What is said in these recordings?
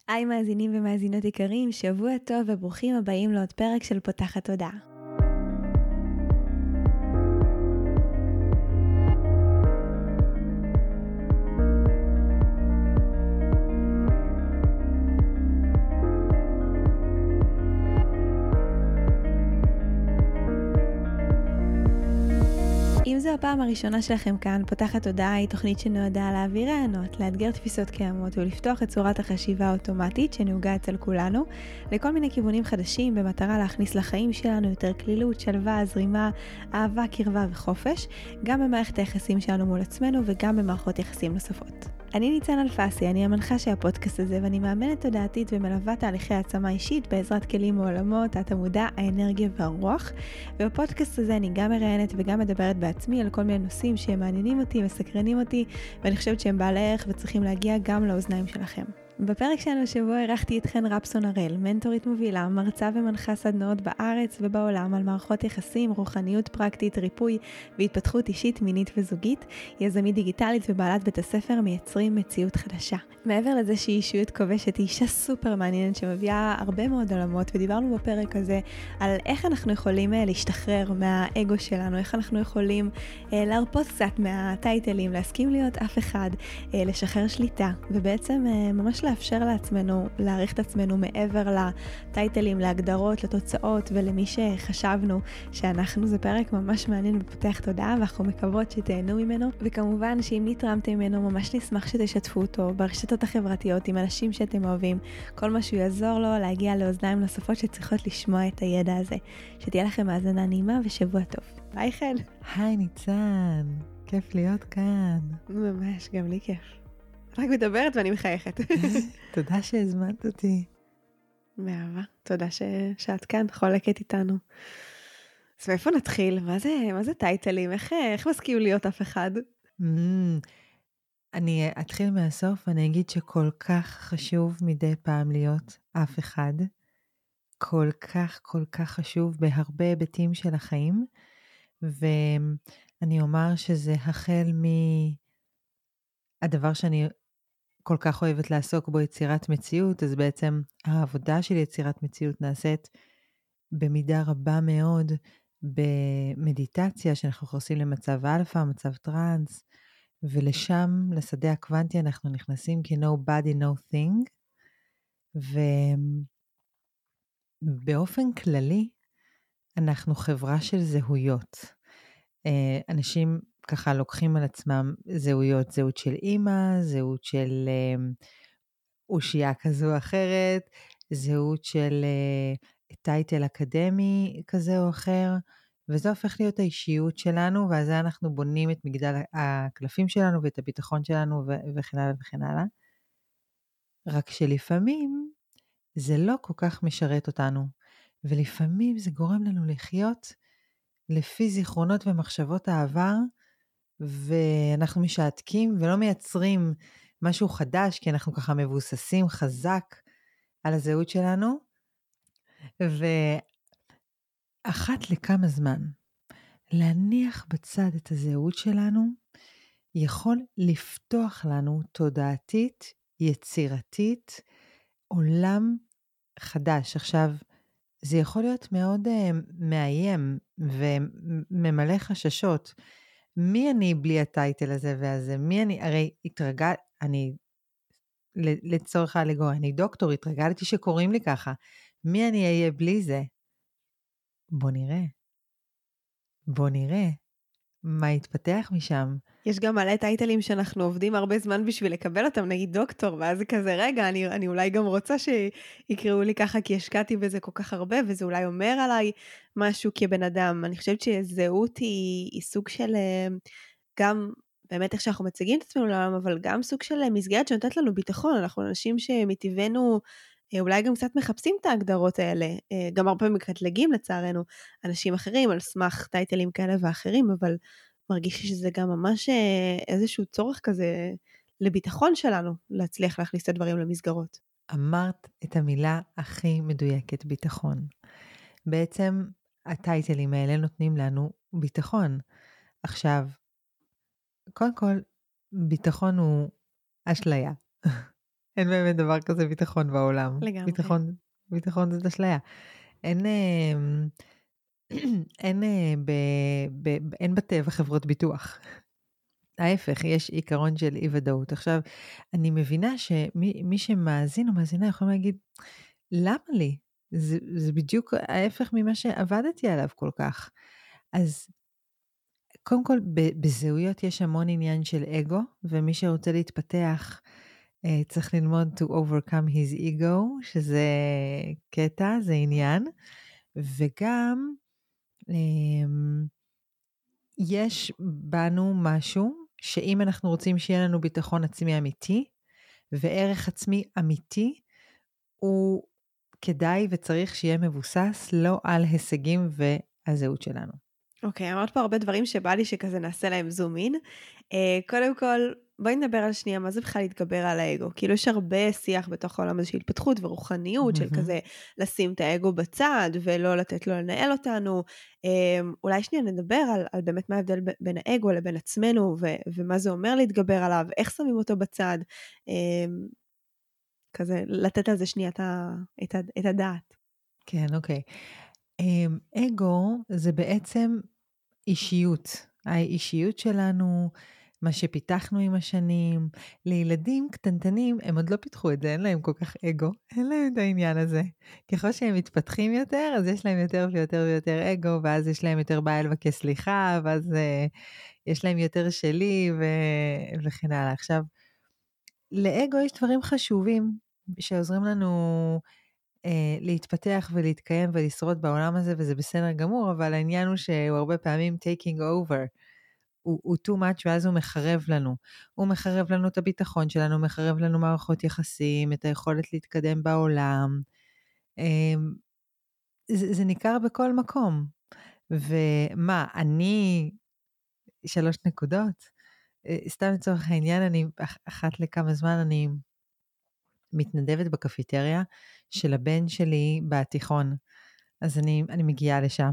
היי מאזינים ומאזינות יקרים, שבוע טוב וברוכים הבאים לעוד פרק של פותחת תודעה. אם זו הפעם הראשונה שלכם כאן, פותחת תודעה היא תוכנית שנועדה להעביר רעיונות, לאתגר תפיסות קיימות ולפתוח את צורת החשיבה האוטומטית שנהוגה אצל כולנו, לכל מיני כיוונים חדשים במטרה להכניס לחיים שלנו יותר כלילות, שלווה, זרימה, אהבה, קרבה וחופש, גם במערכת היחסים שלנו מול עצמנו וגם במערכות יחסים נוספות. אני ניצן אלפסי, אני המנחה של הפודקאסט הזה ואני מאמנת תודעתית ומלווה תהליכי העצמה אישית בעזרת כלים מעולמות, התמודע, האנרגיה והרוח. ובפודקאסט הזה אני גם מראיינת וגם מדברת בעצמי על כל מיני נושאים שהם מעניינים אותי, מסקרנים אותי, ואני חושבת שהם בעלי ערך וצריכים להגיע גם לאוזניים שלכם. בפרק שלנו השבוע אירחתי את חן רפסון הראל, מנטורית מובילה, מרצה ומנחה סדנאות בארץ ובעולם על מערכות יחסים, רוחניות פרקטית, ריפוי והתפתחות אישית, מינית וזוגית, יזמית דיגיטלית ובעלת בית הספר מייצרים מציאות חדשה. מעבר לזה שהיא אישיות כובשת, היא אישה סופר מעניינת שמביאה הרבה מאוד עולמות, ודיברנו בפרק הזה על איך אנחנו יכולים להשתחרר מהאגו שלנו, איך אנחנו יכולים להרפות קצת מהטייטלים, להסכים להיות אף אחד, לשחרר שליטה, ובעצם ממש לאפשר לעצמנו, להעריך את עצמנו מעבר לטייטלים, להגדרות, לתוצאות ולמי שחשבנו שאנחנו. זה פרק ממש מעניין ופותח תודעה, ואנחנו מקוות שתהנו ממנו, וכמובן שאם נתרמתם ממנו ממש נשמח שתשתפו אותו ברשתות החברתיות עם אנשים שאתם אוהבים, כל מה שהוא יעזור לו להגיע לאוזניים נוספות שצריכות לשמוע את הידע הזה. שתהיה לכם האזנה נעימה ושבוע טוב. ביי חן. היי ניצן, כיף להיות כאן. ממש, גם לי כיף. רק מדברת ואני מחייכת. תודה שהזמנת אותי. מאהבה, תודה שאת כאן, חולקת איתנו. אז מאיפה נתחיל? מה זה טייטלים? איך מסכים להיות אף אחד? אני אתחיל מהסוף, אני אגיד שכל כך חשוב מדי פעם להיות אף אחד. כל כך חשוב בהרבה היבטים של החיים. ואני אומר שזה החל מהדבר שאני כל כך אוהבת לעסוק בו, יצירת מציאות, אז בעצם העבודה של יצירת מציאות נעשית במידה רבה מאוד במדיטציה, שאנחנו נכנסים למצב אלפא, מצב טרנס, ולשם, לשדה הקוונטי, אנחנו נכנסים כ-no body, no thing, ובאופן כללי, אנחנו חברה של זהויות. אנשים ככה לוקחים על עצמם זהויות, זהות של אימא, זהות של אושייה כזו או אחרת, זהות של טייטל אקדמי כזה או אחר, וזה הופך להיות האישיות שלנו, ואז אנחנו בונים את מגדל הקלפים שלנו ואת הביטחון שלנו וכן הלאה וכן הלאה. רק שלפעמים זה לא כל כך משרת אותנו, ולפעמים זה גורם לנו לחיות לפי זיכרונות ומחשבות העבר, ואנחנו משעתקים ולא מייצרים משהו חדש, כי אנחנו ככה מבוססים חזק על הזהות שלנו, ואחת לכמה זמן, להניח בצד את הזהות שלנו, יכול לפתוח לנו תודעתית, יצירתית, עולם חדש. עכשיו, זה יכול להיות מאוד מאיים וממלא חששות. מי אני בלי הטייטל הזה והזה? מי אני? הרי אני לצורך האלגוריה, אני דוקטור, התרגלתי שקוראים לי ככה. מי אני אהיה בלי זה? בוא נראה מה יתפתח משם. יש גם מלא טייטלים שאנחנו עובדים הרבה זמן בשביל לקבל אותם, נגיד דוקטור, ואז זה כזה, רגע, אני אולי גם רוצה שיקראו לי ככה, כי השקעתי בזה כל כך הרבה, וזה אולי אומר עליי משהו כבן אדם. אני חושבת שזהות היא סוג של, גם באמת איך שאנחנו מציגים את עצמנו לעולם, אבל גם סוג של מסגרת שנותנת לנו ביטחון. אנחנו אנשים שמטבענו אולי גם קצת מחפשים את ההגדרות האלה, גם הרבה פעמים מקטלגים לצערנו אנשים אחרים על סמך טייטלים כאלה ואחרים, אבל מרגיש שזה גם ממש איזשהו צורך כזה לביטחון שלנו, להצליח להכניס את הדברים למסגרות. אמרת את המילה הכי מדויקת, ביטחון. בעצם הטייטלים האלה נותנים לנו ביטחון. עכשיו, קודם כל, ביטחון הוא אשליה. אין באמת דבר כזה ביטחון בעולם. לגמרי. ביטחון זאת אשליה. אין, אין בטבע חברות ביטוח. ההפך, יש עיקרון של אי ודאות. עכשיו, אני מבינה שמי שמאזין או מאזינה יכולים להגיד, למה לי? זה בדיוק ההפך ממה שעבדתי עליו כל כך. אז קודם כל, בזהויות יש המון עניין של אגו, ומי שרוצה להתפתח צריך ללמוד to overcome his ego, שזה קטע, זה עניין, וגם יש בנו משהו שאם אנחנו רוצים שיהיה לנו ביטחון עצמי אמיתי, וערך עצמי אמיתי, הוא כדאי וצריך שיהיה מבוסס לא על הישגים והזהות שלנו. אוקיי, אמרת פה הרבה דברים שבא לי שכזה נעשה להם זום אין. קודם כל, בואי נדבר על שנייה, מה זה בכלל להתגבר על האגו? כאילו יש הרבה שיח בתוך העולם הזה של התפתחות ורוחניות, של כזה לשים את האגו בצד ולא לתת לו לנהל אותנו. אולי שנייה נדבר על באמת מה ההבדל בין האגו לבין עצמנו, ומה זה אומר להתגבר עליו, איך שמים אותו בצד. כזה לתת על זה שנייה את הדעת. כן, אוקיי. אגו זה בעצם אישיות. האישיות שלנו, מה שפיתחנו עם השנים, לילדים קטנטנים, הם עוד לא פיתחו את זה, אין להם כל כך אגו, אין להם את העניין הזה. ככל שהם מתפתחים יותר, אז יש להם יותר ויותר ויותר אגו, ואז יש להם יותר בעיה לבקש סליחה, ואז יש להם יותר שלי, וכן הלאה. עכשיו, לאגו יש דברים חשובים, שעוזרים לנו להתפתח ולהתקיים ולשרוד בעולם הזה, וזה בסדר גמור, אבל העניין הוא שהוא הרבה פעמים taking over, הוא too much, ואז הוא מחרב לנו. הוא מחרב לנו את הביטחון שלנו, הוא מחרב לנו מערכות יחסים, את היכולת להתקדם בעולם. זה ניכר בכל מקום. ומה, אני 3 נקודות? סתם לצורך העניין, אני אחת לכמה זמן, אני מתנדבת בקפיטריה של הבן שלי בתיכון. אז אני מגיעה לשם.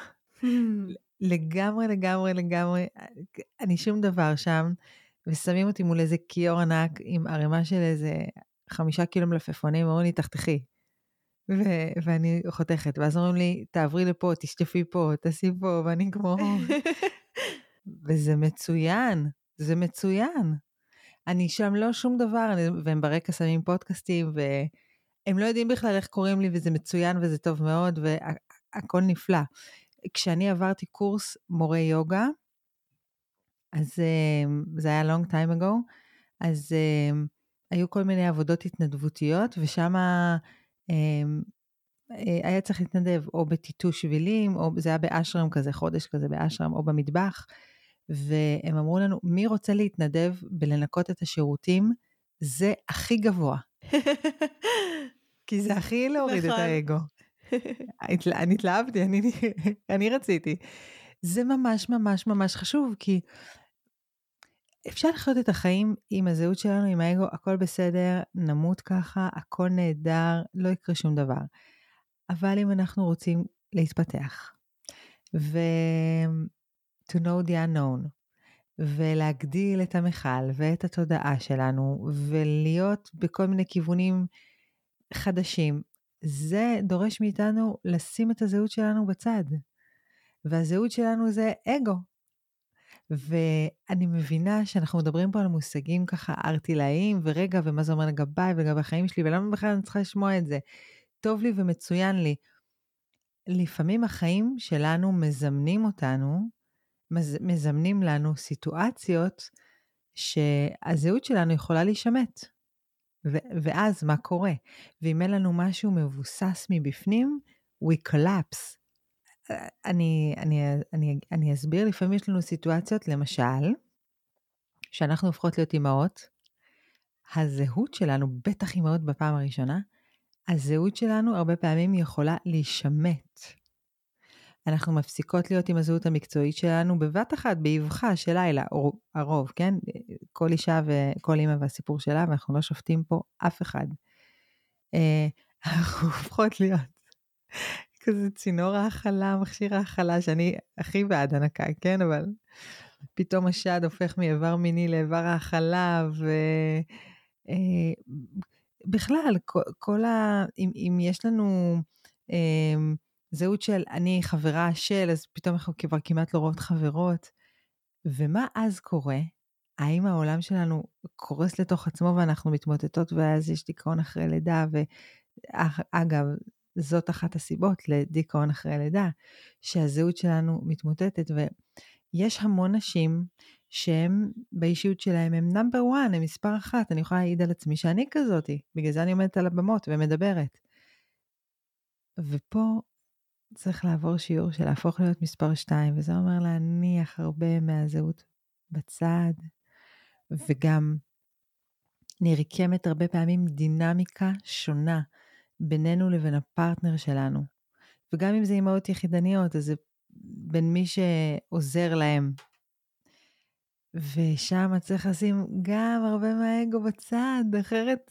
לגמרי, אני שום דבר שם, ושמים אותי מול איזה כיור ענק עם ערימה של איזה 5 קילו מלפפונים, אומרים לי, תחתכי. ואני חותכת, ואז אומרים לי, תעברי לפה, תשטפי פה, תעשי פה, ואני כמו... וזה מצוין, זה מצוין. אני שם לא שום דבר, והם ברקע שמים פודקאסטים, והם לא יודעים בכלל איך קוראים לי, וזה מצוין וזה טוב מאוד, והכל נפלא. כשאני עברתי קורס מורה יוגה, אז זה היה long time ago, אז היו כל מיני עבודות התנדבותיות, ושם היה צריך להתנדב או בטיטוש שבילים, או זה היה באשרם כזה, חודש כזה באשרם, או במטבח, והם אמרו לנו, מי רוצה להתנדב בלנקות את השירותים? זה הכי גבוה. כי זה הכי להוריד את האגו. אני התלהבתי, אני רציתי. זה ממש ממש ממש חשוב, כי אפשר לחיות את החיים עם הזהות שלנו, עם האגו, הכל בסדר, נמות ככה, הכל נהדר, לא יקרה שום דבר. אבל אם אנחנו רוצים להתפתח, to know the unknown, ולהגדיל את המחל ואת התודעה שלנו, ולהיות בכל מיני כיוונים חדשים, זה דורש מאיתנו לשים את הזהות שלנו בצד. והזהות שלנו זה אגו. ואני מבינה שאנחנו מדברים פה על מושגים ככה ארטילאיים, ורגע, ומה זה אומר לגביי ולגבי החיים שלי, ולמה בכלל אני צריכה לשמוע את זה? טוב לי ומצוין לי. לפעמים החיים שלנו מזמנים אותנו, מזמנים לנו סיטואציות שהזהות שלנו יכולה להישמט. ואז מה קורה? ואם אין לנו משהו מבוסס מבפנים, we collapse. אני אסביר, לפעמים יש לנו סיטואציות, למשל, שאנחנו הופכות להיות אימהות, הזהות שלנו, בטח אימהות בפעם הראשונה, הזהות שלנו הרבה פעמים יכולה להישמט. אנחנו מפסיקות להיות עם הזהות המקצועית שלנו בבת אחת, באבחה של לילה, או הרוב, כן? כל אישה וכל אימא והסיפור שלה, ואנחנו לא שופטים פה אף אחד. אנחנו הופכות להיות כזה צינור ההכלה, מכשיר ההכלה, שאני הכי בעד הנקה, כן? אבל פתאום השד הופך מאיבר מיני לאיבר ההכלה, בכלל, אם יש לנו זהות של אני חברה של, אז פתאום אנחנו כבר כמעט לא רואות חברות. ומה אז קורה? האם העולם שלנו קורס לתוך עצמו ואנחנו מתמוטטות, ואז יש דיכאון אחרי לידה, ואגב, זאת אחת הסיבות לדיכאון אחרי לידה, שהזהות שלנו מתמוטטת, ויש המון נשים שהם באישיות שלהם הם נאמבר 1, הם מספר 1, אני יכולה להעיד על עצמי שאני כזאת, בגלל זה אני עומדת על הבמות ומדברת. ופה צריך לעבור שיעור של להפוך להיות מספר 2, וזה אומר להניח הרבה מהזהות בצד, וגם נרקמת הרבה פעמים דינמיקה שונה בינינו לבין הפרטנר שלנו. וגם אם זה אימהות יחידניות, אז זה בין מי שעוזר להם. ושם צריך לשים גם הרבה מהאגו בצד, אחרת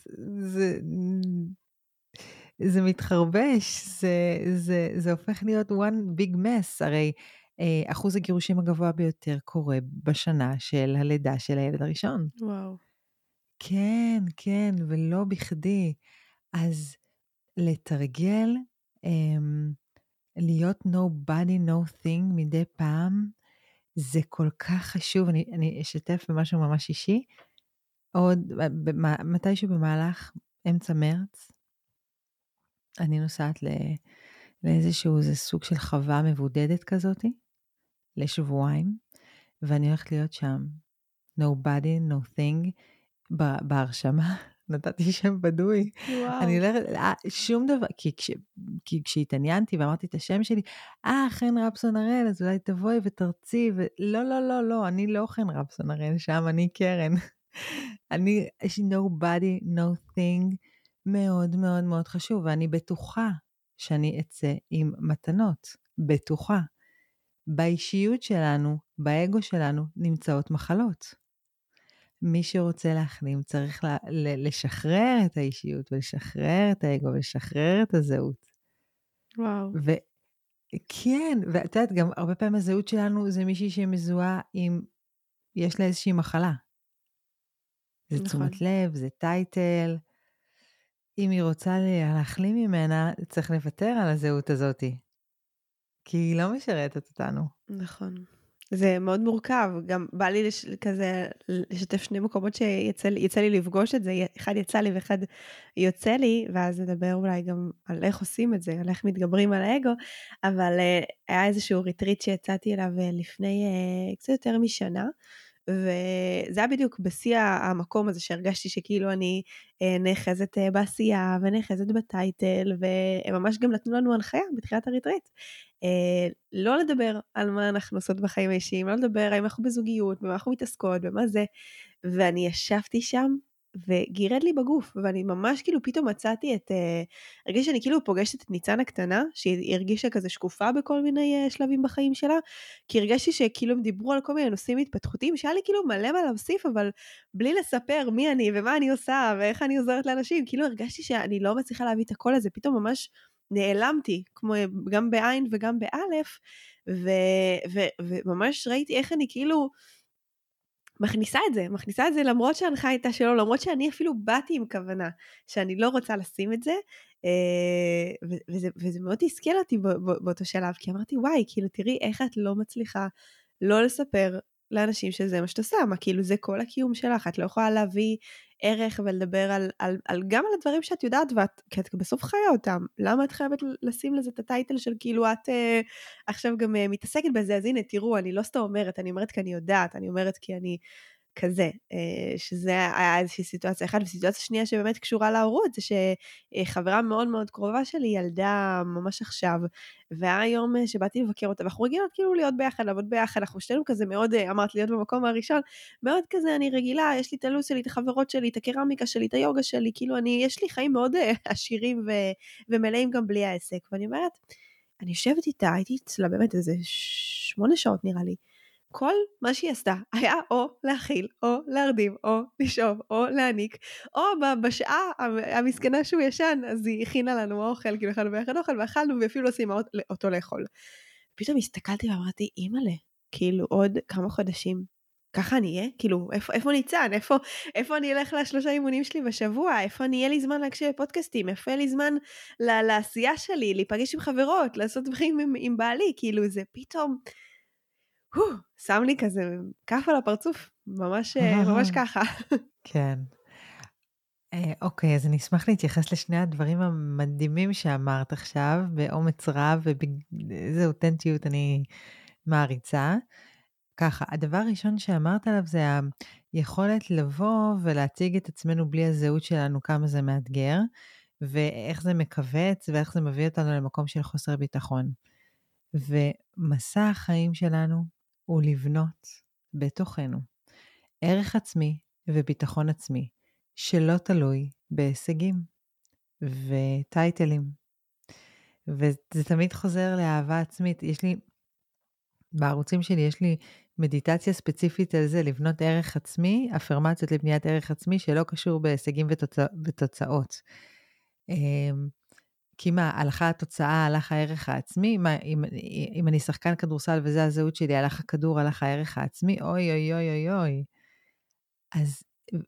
זה מתחרבש, זה הופך להיות one big mess. הרי אחוז הגירושים הגבוה ביותר קורה בשנה של הלידה של הילד הראשון. וואו. כן, כן, ולא בכדי. אז לתרגל, להיות nobody, no thing מדי פעם, זה כל כך חשוב. אני אשתף במשהו ממש אישי. עוד מתישהו במהלך אמצע מרץ, אני נוסעת לאיזשהו סוג של חווה מבודדת כזאת, לשבועיים, ואני הולכת להיות שם. nobody, no thing, בהרשמה. נתתי שם בדוי. וואו. אני הולכת, שום דבר, כי כשהתעניינתי ואמרתי את השם שלי, חן רפסון הראל, אז אולי תבואי ותרצי, לא, לא, לא, לא, אני לא חן רפסון הראל, שם אני קרן. יש nobody, no thing, מאוד מאוד מאוד חשוב, ואני בטוחה שאני אצא עם מתנות, בטוחה. באישיות שלנו, באגו שלנו, נמצאות מחלות. מי שרוצה להחלים צריך לשחרר את האישיות, ולשחרר את האגו, ולשחרר את הזהות. וואו. וכן, ואת יודעת, גם הרבה פעמים הזהות שלנו זה מישהי שמזוהה עם, יש לה איזושהי מחלה. זה תשומת לב, זה טייטל. אם היא רוצה להחלים ממנה, צריך לוותר על הזהות הזאת. כי היא לא משרתת אותנו. נכון. זה מאוד מורכב, גם בא לי כזה לשתף שני מקומות שיצא לי לפגוש את זה, אחד יצא לי ואחד יוצא לי, ואז נדבר אולי גם על איך עושים את זה, על איך מתגברים על האגו, אבל היה איזשהו ריטריט שיצאתי אליו לפני קצת יותר משנה, וזה היה בדיוק בשיא המקום הזה שהרגשתי שכאילו אני נאחזת בעשייה ונאחזת בטייטל, והם ממש גם נתנו לנו הנחיה בתחילת הריטריט. לא לדבר על מה אנחנו עושות בחיים האישיים, לא לדבר האם אנחנו בזוגיות, במה אנחנו מתעסקות, במה זה, ואני ישבתי שם וגירד לי בגוף, ואני ממש כאילו פתאום מצאתי הרגיש שאני כאילו פוגשת את ניצן הקטנה, שהיא הרגישה כזה שקופה בכל מיני שלבים בחיים שלה, כי הרגשתי שכאילו הם דיברו על כל מיני נושאים התפתחותיים, שהיה לי כאילו מלא מה להוסיף, אבל בלי לספר מי אני ומה אני עושה, ואיך אני עוזרת לאנשים, כאילו הרגשתי שאני לא מצליחה להביא את הכל הזה, פתאום ממש נעלמתי, כמו גם בעין וגם באלף, וממש ראיתי איך אני כאילו מכניסה את זה למרות שההנחה הייתה שלו, למרות שאני אפילו באתי עם כוונה, שאני לא רוצה לשים את זה, וזה מאוד הסכל אותי באותו שלב, כי אמרתי וואי, כאילו תראי איך את לא מצליחה לא לספר לאנשים שזה מה שאת עושה, מה כאילו זה כל הקיום שלך, את לא יכולה להביא ערך ולדבר גם על הדברים שאת יודעת, כי את בסוף חיה אותם, למה את חייבת לשים לזה את הטייטל של כאילו את עכשיו גם מתעסקת בזה, אז הנה תראו, אני לא סתם אומרת, אני אומרת כי אני יודעת, אני אומרת כי אני כזה, שזה היה איזושהי סיטואציה אחת, וסיטואציה שנייה שבאמת קשורה להורות, זה שחברה מאוד מאוד קרובה שלי ילדה ממש עכשיו, והיה יום שבאתי לבקר אותה, ואנחנו רגילות כאילו להיות ביחד, לעבוד ביחד, אנחנו שתינו כזה מאוד, אמרת להיות במקום הראשון, מאוד כזה אני רגילה, יש לי את הלו"ז שלי, את החברות שלי, את הקרמיקה שלי, את היוגה שלי, כאילו יש לי חיים מאוד עשירים ומלאים גם בלי העסק, ואני אומרת, אני יושבת איתה, הייתי אצלה באמת איזה 8 שעות נראה לי, כל מה שהיא עשתה היה או להכיל, או להרדים, או לשאוב, או להעניק, או בשעה המסכנה שהוא ישן, אז היא הכינה לנו אוכל, כאילו אכלנו ביחד אוכל, ואכלנו ואפילו לא סיימה אותו לאכול. פתאום הסתכלתי ואמרתי, אימא'לה, כאילו עוד כמה חודשים, ככה אני אהיה? כאילו, איפה ניצן? איפה אני אלך ל3 אימונים שלי בשבוע? איפה אני יהיה לי זמן להקשיב לפודקאסטים? איפה יהיה לי זמן לעשייה שלי, להיפגש עם חברות, לעשות דברים עם בעלי? כאילו, זה פתאום, שם לי כזה כף על הפרצוף, ממש ככה. כן. אוקיי, אז אני אשמח להתייחס לשני הדברים המדהימים שאמרת עכשיו, באומץ רב ובאיזה אותנטיות אני מעריצה. ככה, הדבר הראשון שאמרת עליו זה היכולת לבוא ולהציג את עצמנו בלי הזהות שלנו, כמה זה מאתגר, ואיך זה מכווץ, ואיך זה מביא אותנו למקום של חוסר ביטחון. ומסע החיים שלנו הוא לבנות בתוכנו ערך עצמי וביטחון עצמי, שלא תלוי בהישגים וטייטלים. וזה תמיד חוזר לאהבה עצמית. בערוצים שלי יש לי מדיטציה ספציפית על זה, לבנות ערך עצמי, אפרמציות לבניית ערך עצמי, שלא קשור בהישגים ותוצאות. כי מה, הלכה התוצאה, הלך הערך העצמי, מה, אם אני שחקן כדורסל וזה הזהות שלי, הלך הכדור, הלך הערך העצמי, אוי אוי אוי אוי אוי. אז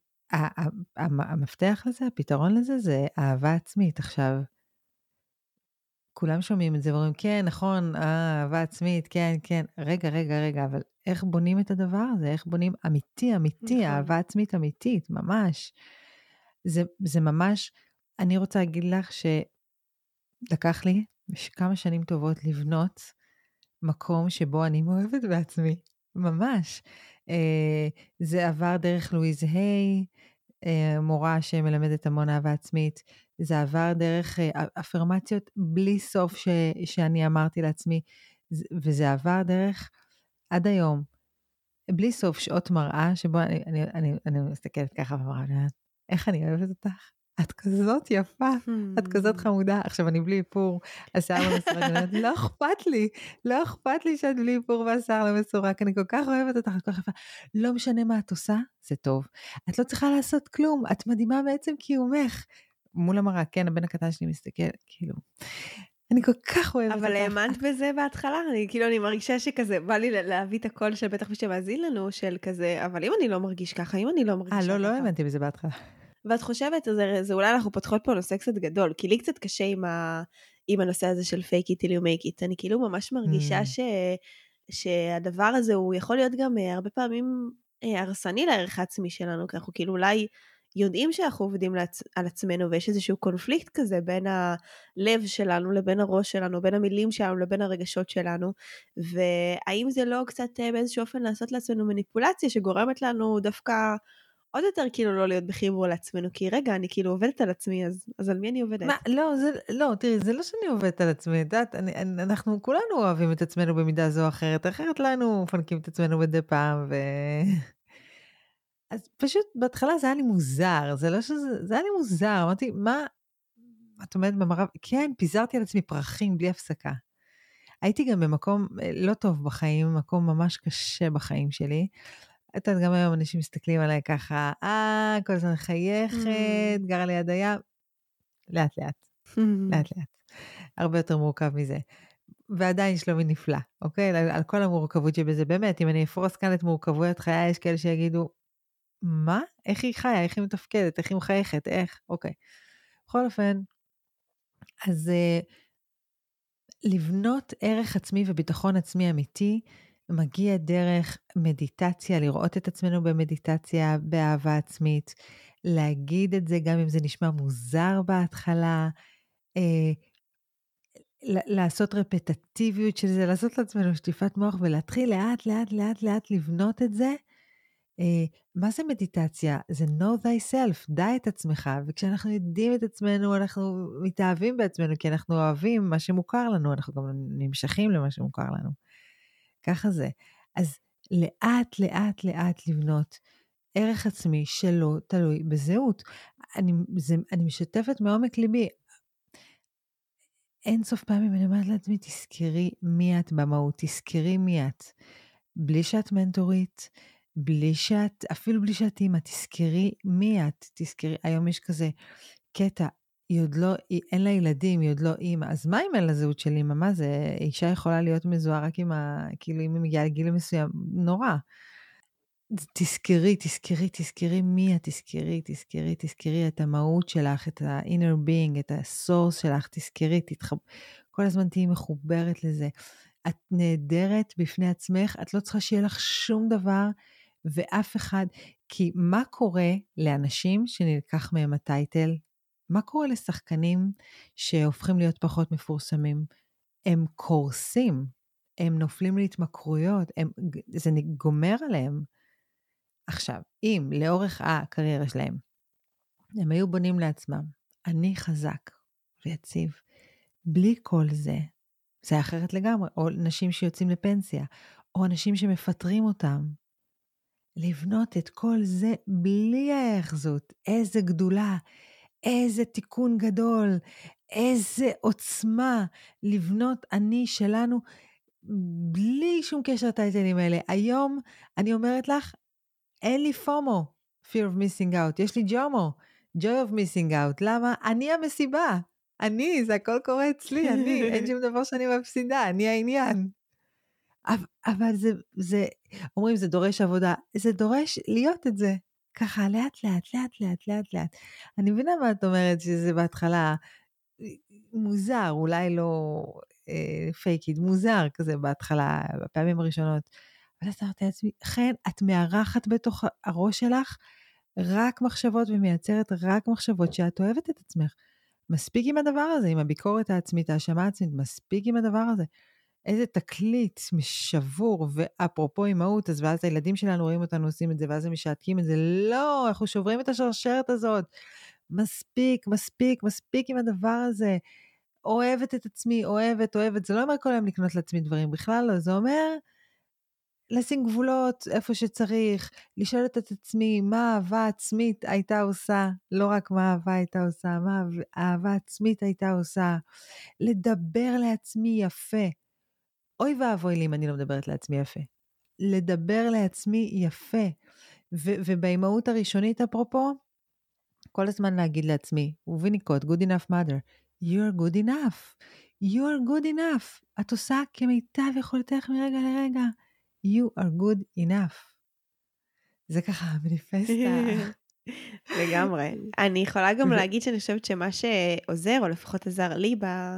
המפתח לזה, הפתרון לזה, זה אהבה עצמית. עכשיו, כולם שומעים את זה ואומרים, כן, נכון, אהבה עצמית, כן, כן. רגע, אבל איך בונים את הדבר הזה? איך בונים אמיתי, נכון. אהבה עצמית אמיתית, ממש. זה ממש, אני רוצה להגיד לך שלקח לי כמה שנים טובות לבנות מקום שבו אני מאוהבת בעצמי, ממש. זה עבר דרך לואיז היי, מורה שמלמדת המון אהבה עצמית, זה עבר דרך אפרמציות בלי סוף שאני אמרתי לעצמי, וזה עבר דרך עד היום, בלי סוף שעות מראה, שבו אני מסתכלת ככה ומראה, איך אני אוהבת אותך? את כזאת יפה, את כזאת חמודה. עכשיו אני בלי איפור, השיער לא מסורק, לא אכפת לי שאת בלי איפור והשיער לא מסורק, אני כל כך אוהבת אותך, את כל כך יפה. לא משנה מה את עושה, זה טוב. את לא צריכה לעשות כלום, את מדהימה בעצם קיומך. מול המראה, כן, הבן הקטן שלי מסתכל, כאילו, אני כל כך אוהבת אותך. אבל האמנת בזה בהתחלה, אני מרגישה שכזה, בא לי להביא את הקול של בטח מי שמאזין לנו, של כזה, אבל אם אני לא מרגיש ככה, אם אני לא מרגישה ככה. לא האמנתי בזה בהתחלה. ואת חושבת, זה אולי אנחנו פותחות פה נושא קצת גדול, כי לי קצת קשה עם הנושא הזה של fake it till you make it, אני כאילו ממש מרגישה שהדבר הזה הוא יכול להיות גם הרבה פעמים הרסני לערך העצמי שלנו, כי אנחנו כאילו אולי יודעים שאנחנו עובדים על עצמנו, ויש איזשהו קונפליקט כזה בין הלב שלנו לבין הראש שלנו, בין המילים שלנו לבין הרגשות שלנו, והאם זה לא קצת באיזשהו אופן לעשות לעצמנו מניפולציה, שגורמת לנו דווקא עוד יותר כאילו לא להיות בחיבור לעצמנו, כי רגע, אני כאילו עובדת על עצמי, אז על מי אני עובדת? לא, תראי, זה לא שאני עובדת על עצמי, אנחנו כולנו אוהבים את עצמנו במידה זו או אחרת, אחרת לא היינו מפנקים את עצמנו מדי פעם, אז פשוט בהתחלה זה היה לי מוזר, זה היה לי מוזר, אמרתי, מה, את אומרת במראה, כן, פיזרתי על עצמי פרחים בלי הפסקה. הייתי גם במקום לא טוב בחיים, מקום ממש קשה בחיים שלי, את יודעת, גם היום אנשים מסתכלים עליי ככה, כל הזמן חייכת, גרה ליד הים, לאט לאט, הרבה יותר מורכב מזה. ועדיין שלומי נפלא, אוקיי? על כל המורכבות שבזה, באמת, אם אני אפרוס כאן את מורכבויות חיי, יש כאלה שיגידו, מה? איך היא חיה? איך היא מתפקדת? איך היא מחייכת? איך? אוקיי. בכל אופן, אז לבנות ערך עצמי וביטחון עצמי אמיתי, מגיע דרך מדיטציה, לראות את עצמנו במדיטציה, באהבה עצמית, להגיד את זה גם אם זה נשמע מוזר בהתחלה, לעשות רפטטיביות של זה, לעשות לעצמנו שטיפת מוח ולהתחיל לאט לבנות את זה. מה זה מדיטציה? זה know thyself, דע את עצמך, וכשאנחנו יודעים את עצמנו, אנחנו מתאהבים בעצמנו, כי אנחנו אוהבים מה שמוכר לנו, אנחנו גם נמשכים למה שמוכר לנו. ככה זה. אז לאט לבנות ערך עצמי שלא תלוי בזהות. אני משתפת מעומק ליבי. אין סוף פעמים אני אומרת לעצמי, תזכרי מי את במהות, תזכרי מי את. בלי שאת מנטורית, אפילו בלי שאת אימא, תזכרי מי את, תזכרי, היום יש כזה קטע, אין לה ילדים, היא עוד לא אימא, אז מה אם אין לה זהות של אימא? מה זה, אישה יכולה להיות מזוהה רק כאילו אם היא מגיעה לגיל מסוים, נורא. תזכרי מי את, תזכרי את המהות שלך, את ה-inner being, את ה-source שלך, תזכרי, כל הזמן תהיי מחוברת לזה. את נהדרת בפני עצמך, את לא צריכה שיהיה לך שום דבר, ואף אחד, כי מה קורה לאנשים שנלקח מהם הטייטל? מה קורה לשחקנים שהופכים להיות פחות מפורסמים? הם קורסים, הם נופלים להתמכרויות, זה גומר עליהם. עכשיו, אם לאורך הקריירה שלהם, הם היו בונים לעצמם, אני חזק ויציב, בלי כל זה, זה אחרת לגמרי, או נשים שיוצאים לפנסיה, או אנשים שמפטרים אותם, לבנות את כל זה בלי ההאחזות, איזה גדולה, איזה תיקון גדול, איזה עוצמה, לבנות אני שלנו, בלי שום קשר לטייטלים האלה. היום אני אומרת לך, אין לי פומו, fear of missing out, יש לי ג'ומו, joy of missing out, למה? אני המסיבה, זה הכל קורה אצלי, אין שום דבר שאני מפסידה, אני העניין. אבל זה, אומרים, זה דורש עבודה, זה דורש להיות את זה, ככה לאט. אני מבינה מה את אומרת, שזה בהתחלה מוזר, אולי לא פייקית, מוזר כזה בהתחלה, בפעמים הראשונות, אבל אז אמרתי לעצמי, חן, את מארחת בתוך הראש שלך רק מחשבות ומייצרת רק מחשבות שאת אוהבת את עצמך. מספיק עם הדבר הזה, עם הביקורת העצמית, האשמה העצמית, מספיק עם הדבר הזה. איזה תקליט משבור, ואפרופו אימהות, אז ואז הילדים שלנו רואים אותנו עושים את זה, ואז הם משעתקים את זה, לא, אנחנו שוברים את השרשרת הזאת. מספיק עם הדבר הזה. אוהבת את עצמי, אוהבת, זה לא אומר כל היום לקנות לעצמי דברים, בכלל לא, זה אומר לשים גבולות איפה שצריך, לשאול את עצמי מה אהבה עצמית הייתה עושה, לא רק מה אהבה הייתה עושה, מה אהבה עצמית הייתה עושה, לדבר לעצמי יפה, אוי ואבוי לי אם אני לא מדברת לעצמי יפה, לדבר לעצמי יפה, ובאימהות הראשונית אפרופו, כל הזמן להגיד לעצמי, וביניקות, good enough mother, you're good enough, את עושה כמיטב יכולתך מרגע לרגע, you are good enough. זה ככה, מניפסטה. לגמרי. אני יכולה גם להגיד שאני חושבת שמה שעוזר, או לפחות עזר לי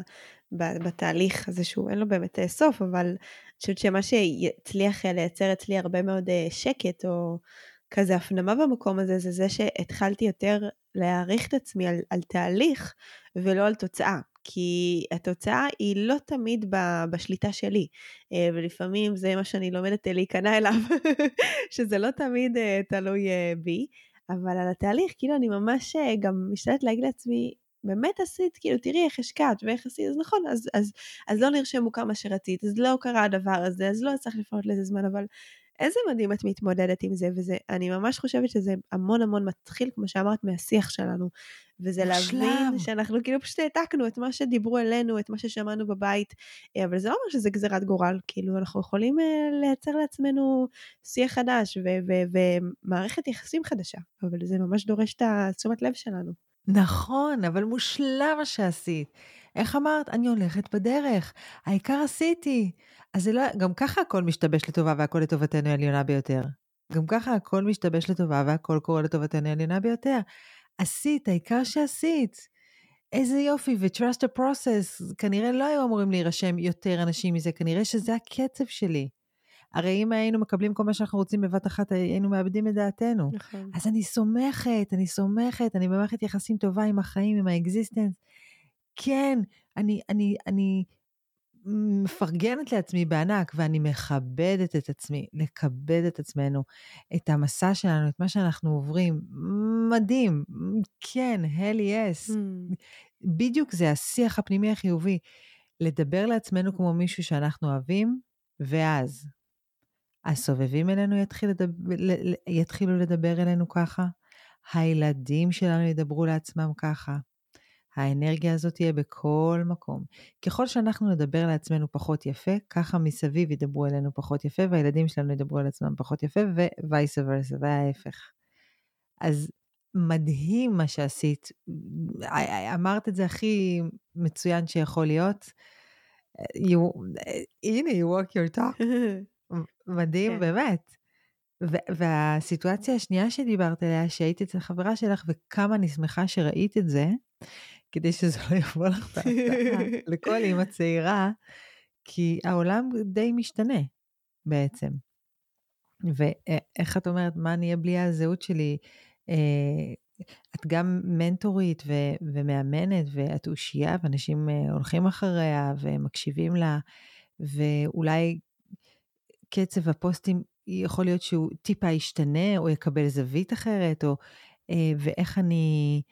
בתהליך הזה, שהוא אין לו באמת סוף, אבל אני חושבת שמה שיצליח לייצר אצלי הרבה מאוד שקט, או כזה הפנמה במקום הזה, זה זה שהתחלתי יותר להעריך את עצמי על תהליך, ולא על תוצאה. כי התוצאה היא לא תמיד בשליטה שלי, ולפעמים זה מה שאני לומדת להיכנע אליו, שזה לא תמיד תלוי בי, אבל על התהליך, כאילו אני ממש גם משתדלת להגיד לעצמי, באמת עשית, כאילו תראי איך השקעת ואיך עשית, אז נכון, אז לא נרשמו כמה שרצית, אז לא קרה הדבר הזה, אז לא צריך לפנות לזה זמן, אבל איזה מדהים את מתמודדת עם זה, וזה, אני ממש חושבת שזה המון המון מתחיל, כמו שאמרת, מהשיח שלנו, וזה להבין שאנחנו כאילו פשוט העתקנו את מה שדיברו אלינו, את מה ששמענו בבית, אבל זה לא אומר שזה גזירת גורל, כאילו אנחנו יכולים לייצר לעצמנו שיח חדש, ומערכת יחסים חדשה, אבל זה ממש דורש את תשומת לב שלנו. נכון, אבל מושלם מה שעשית. איך אמרת? אני הולכת בדרך, העיקר עשיתי. אז זה לא, גם ככה הכל משתבש לטובה והכל לטובתנו העליונה ביותר. גם ככה הכל משתבש לטובה והכל קורה לטובתנו העליונה ביותר. עשית, העיקר שעשית. איזה יופי, ו-trust the process, כנראה לא היו אמורים להירשם יותר אנשים מזה, כנראה שזה הקצב שלי. הרי אם היינו מקבלים כל מה שאנחנו רוצים בבת אחת, היינו מאבדים את דעתנו. נכון. אז אני סומכת, אני במערכת יחסים טובה עם החיים, עם האקזיסטנס. כן, אני מפרגנת לעצמי בענק, ואני מכבדת את עצמי, לכבד את עצמנו, את המסע שלנו, את מה שאנחנו עוברים, מדהים, כן, hell yes. בדיוק זה השיח הפנימי החיובי, לדבר לעצמנו כמו מישהו שאנחנו אוהבים, ואז הסובבים אלינו יתחילו לדבר אלינו ככה, הילדים שלנו ידברו לעצמם ככה, האנרגיה הזאת תהיה בכל מקום. ככל שאנחנו נדבר לעצמנו פחות יפה, ככה מסביב ידברו אלינו פחות יפה, והילדים שלנו ידברו על עצמם פחות יפה, ווייס ורסה, וההפך. אז מדהים מה שעשית, אמרת את זה הכי מצוין שיכול להיות, הנה, you walk your talk. מדהים, באמת. והסיטואציה השנייה שדיברת עליה, שהיית אצל חברה שלך, וכמה אני שמחה שראית את זה, כדי שזה לא יבוא לך בהפתעה, לכל אמא צעירה, כי העולם די משתנה בעצם. ואיך את אומרת, מה נהיה בלי הזהות שלי? את גם מנטורית ומאמנת, ואת אושייה, ואנשים הולכים אחריה ומקשיבים לה, ואולי קצב הפוסטים יכול להיות שהוא טיפה ישתנה, או יקבל זווית אחרת, ואיך אני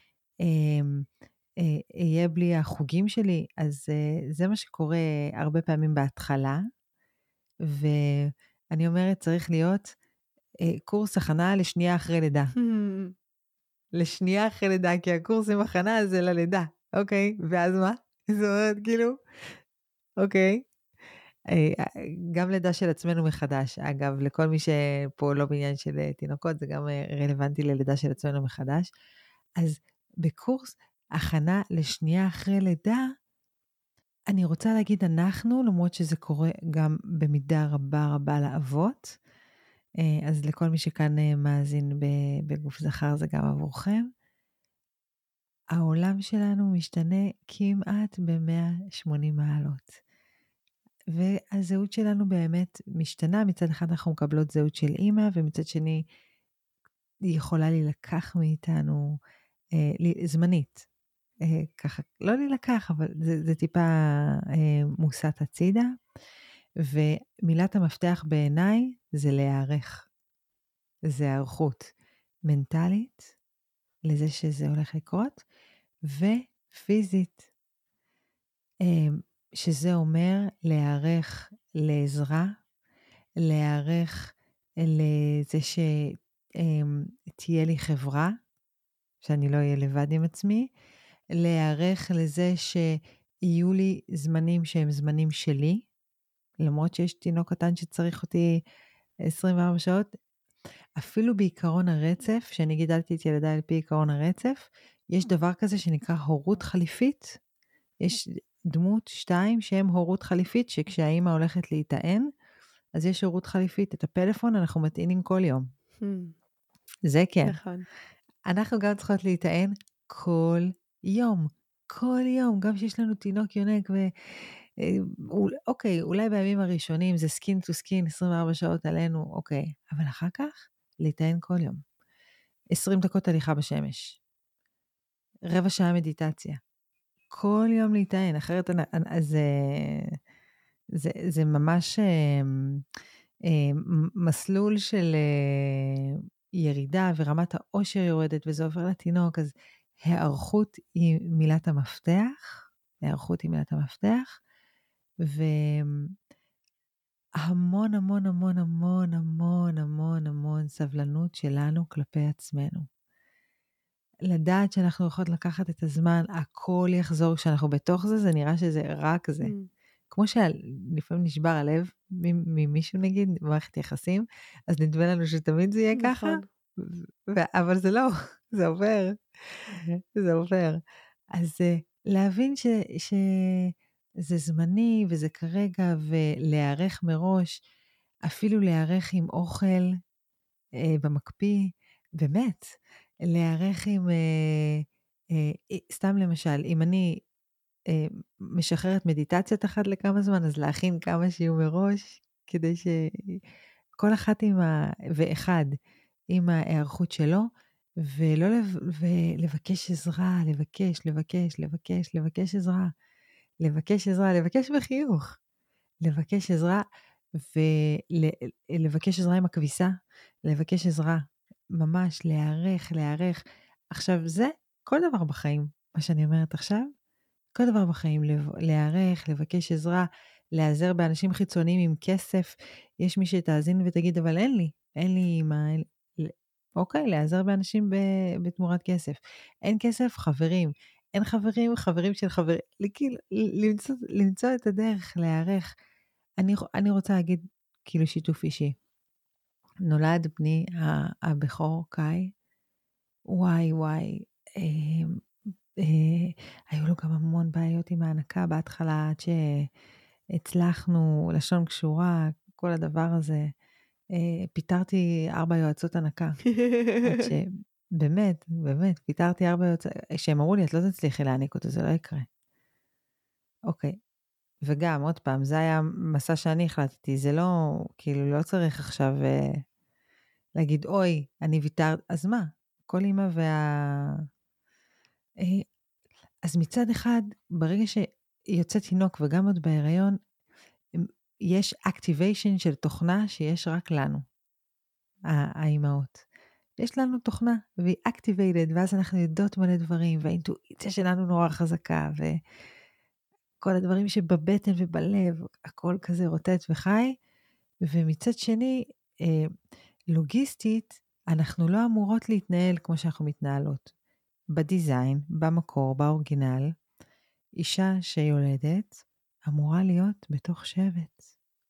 אהיה בלי החוגים שלי. אז זה מה שקורה הרבה פעמים בהתחלה, ואני אומרת, צריך להיות קורס הכנה לשנייה אחרי לידה. לשנייה אחרי לידה, כי הקורס עם הכנה זה ללידה, אוקיי? ואז מה? זאת אומרת, כאילו, אוקיי. גם לידה של עצמנו מחדש. אגב, לכל מי שפה לא בעניין של תינוקות, זה גם רלוונטי ללידה של עצמנו מחדש. אז בקורס הכנה לשנייה אחרי לידה, אני רוצה להגיד אנחנו, למרות שזה קורה גם במידה רבה רבה לאבות, אז לכל מי שכאן מאזין בגוף זכר זה גם עבורכם. העולם שלנו משתנה כמעט ב-180 מעלות. והזהות שלנו באמת משתנה. מצד אחד אנחנו מקבלות זהות של אימא, ומצד שני היא יכולה להילקח מאיתנו זמנית. ככה, לא להילקח, אבל זה טיפה מוסת הצידה. ומילת המפתח בעיניי זה להיערך. זה הערכות מנטלית לזה שזה הולך לקרות, ופיזית, שזה אומר להיערך לעזרה, להיערך לזה שתהיה לי חברה, שאני לא אהיה לבד עם עצמי, להיערך לזה שיהיו לי זמנים שהם זמנים שלי, למרות שיש תינוק קטן שצריך אותי 24 שעות, אפילו בעיקרון הרצף, שאני גידלתי את ילדיי על פי עיקרון הרצף, יש דבר כזה שנקרא הורות חליפית. יש דמות 2 שהם הורות חליפית, שכשהאימא הולכת להיטען, אז יש הורות חליפית. את הפלאפון אנחנו מטעינים כל יום. זה כן. נכון. אנחנו גם צריכות להיטען כל יום. כל יום, גם שיש לנו תינוק יונק אוקיי, אולי בימים הראשונים זה סקין טו סקין, 24 שעות עלינו, אוקיי. אבל אחר כך, להיטען כל יום. 20 דקות הליכה בשמש. רבע שעה מדיטציה. כל יום להיטען, אחרת אז זה ממש מסלול של ירידה, ורמת האושר יורדת, וזה עובר לתינוק, אז הערכות היא מילת המפתח, הערכות היא מילת המפתח, והמון המון המון המון המון המון המון סבלנות שלנו כלפי עצמנו. לדעת שאנחנו יכולות לקחת את הזמן, הכל יחזור כשאנחנו בתוך זה, זה נראה שזה רק זה. כמו שלפעמים נשבר הלב ממישהו נגיד, במערכת יחסים, אז נדמה לנו שתמיד זה יהיה ככה, אבל זה לא, זה עובר. זה עובר. אז להבין שזה זמני וזה כרגע, ולהיערך מראש, אפילו להיערך עם אוכל במקפיא, באמת, להיערך עם, סתם למשל, אם אני משחררת מדיטציות אחת לכמה זמן, אז להכין כמה שיהיו מראש, כדי שכל אחת ואחד עם ההיערכות שלו, ולבקש עזרה, לבקש עזרה, לבקש בחיוך, לבקש עזרה, ולבקש עזרה עם הכביסה, לבקש עזרה, ממש להיערך. עכשיו זה כל דבר בחיים, מה שאני אומרת עכשיו, כל דבר בחיים, להיערך, לבקש עזרה, להיעזר באנשים חיצוניים עם כסף. יש מי שתאזין ותגיד, אבל אין לי מה, אוקיי, להיעזר באנשים בתמורת כסף. אין כסף, חברים. אין חברים של חברים. למצוא את הדרך, להיערך. אני רוצה להגיד, כאילו שיתוף אישי. נולד בני הבכור, קאי. וואי, היו לו גם המון בעיות עם ההנקה בהתחלה, עד שהצלחנו, לשון קשורה, כל הדבר הזה, פיטרתי 4 יועצות הנקה, עד שבאמת, באמת, פיטרתי 4 יועצות, שהם אמרו לי, את לא תצליחי להעניק אותו, זה לא יקרה. אוקיי, וגם, עוד פעם, זה היה מסע שאני החלטתי, זה לא, כאילו, לא צריך עכשיו להגיד, אוי, אני ויתרת, אז מה? כל אימא אה, אז מצד אחד, ברגע שיוצא תינוק וגם עוד בהיריון, יש activation של תוכנה שיש רק לנו, האימהות. יש לנו תוכנה, והיא activated, ואז אנחנו יודעות מלא דברים, והאינטואיציה שלנו נורא חזקה, וכל הדברים שבבטן ובלב, הכל כזה רוטט וחי, ומצד שני, לוגיסטית, אנחנו לא אמורות להתנהל כמו שאנחנו מתנהלות. בדיזיין, במקור, באורגינל, אישה שיולדת אמורה להיות בתוך שבט.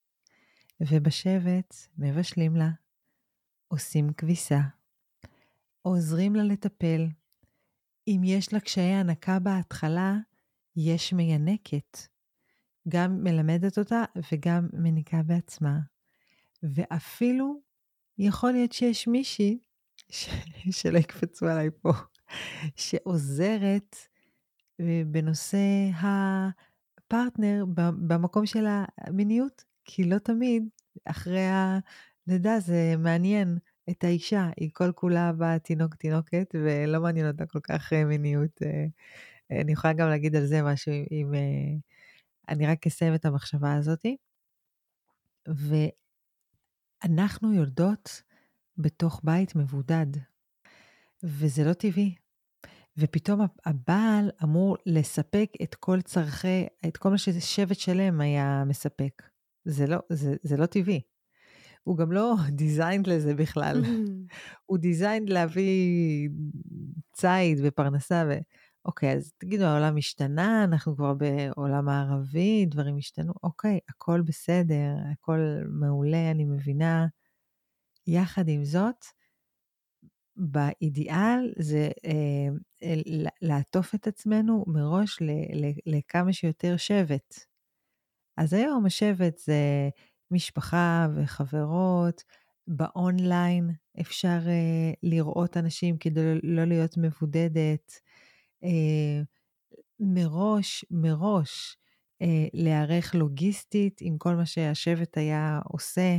ובשבט מבשלים לה, עושים כביסה, עוזרים לה לטפל. אם יש לה קשיי הנקה בהתחלה, יש מיינקת. גם מלמדת אותה וגם מניקה בעצמה. ואפילו יכול להיות שיש מישהי, שלא יקפצו עליי פה, שעוזרת בנושא הפרטנר במקום של המיניות, כי לא תמיד אחרי הלידה זה מעניין את האישה, היא כל כולה בתינוק תינוקת, ולא מעניין אותה כל כך מיניות. אני יכולה גם להגיד על זה משהו, אם אני רק אסיים את המחשבה הזאת, ואנחנו יולדות בתוך בית מבודד, וזה לא טבעי. ופתאום הבעל אמור לספק את כל צרכי, את כל מה ששבט שלם היה מספק. זה לא טבעי. הוא גם לא דיזיינד לזה בכלל. הוא דיזיינד להביא ציד ופרנסה. אוקיי, אז תגידו, העולם השתנה, אנחנו כבר בעולם הערבי, דברים השתנו. אוקיי, הכל בסדר, הכל מעולה, אני מבינה. יחד עם זאת, באידיאל זה לעטוף את עצמנו מראש לכמה שיותר שבט. אז היום השבט זה משפחה וחברות, באונליין אפשר לראות אנשים כדי לא להיות מבודדת, מראש להיערך לוגיסטית עם כל מה שהשבט היה עושה,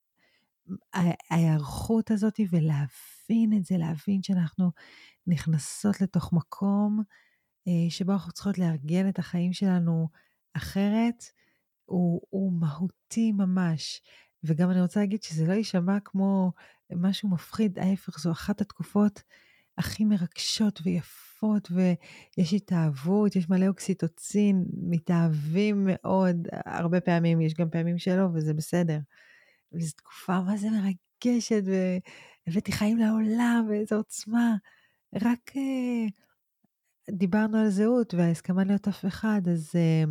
ההיערכות הזאת ולהבין את זה, להבין שאנחנו נכנסות לתוך מקום שבו אנחנו צריכות לארגן את החיים שלנו אחרת, הוא מהותי ממש. וגם אני רוצה להגיד שזה לא יישמע כמו משהו מפחיד, ההפך, זו אחת התקופות הכי מרגשות ויפות, ויש התאהבות, יש מלא אוקסיטוצין, מתאהבים מאוד, הרבה פעמים, יש גם פעמים שלא, וזה בסדר. וזו תקופה מה זה מרגשת, והבאתי חיים לעולם, ואיזו עוצמה. רק דיברנו על זהות, וההסכמה להיות אף אחד, אז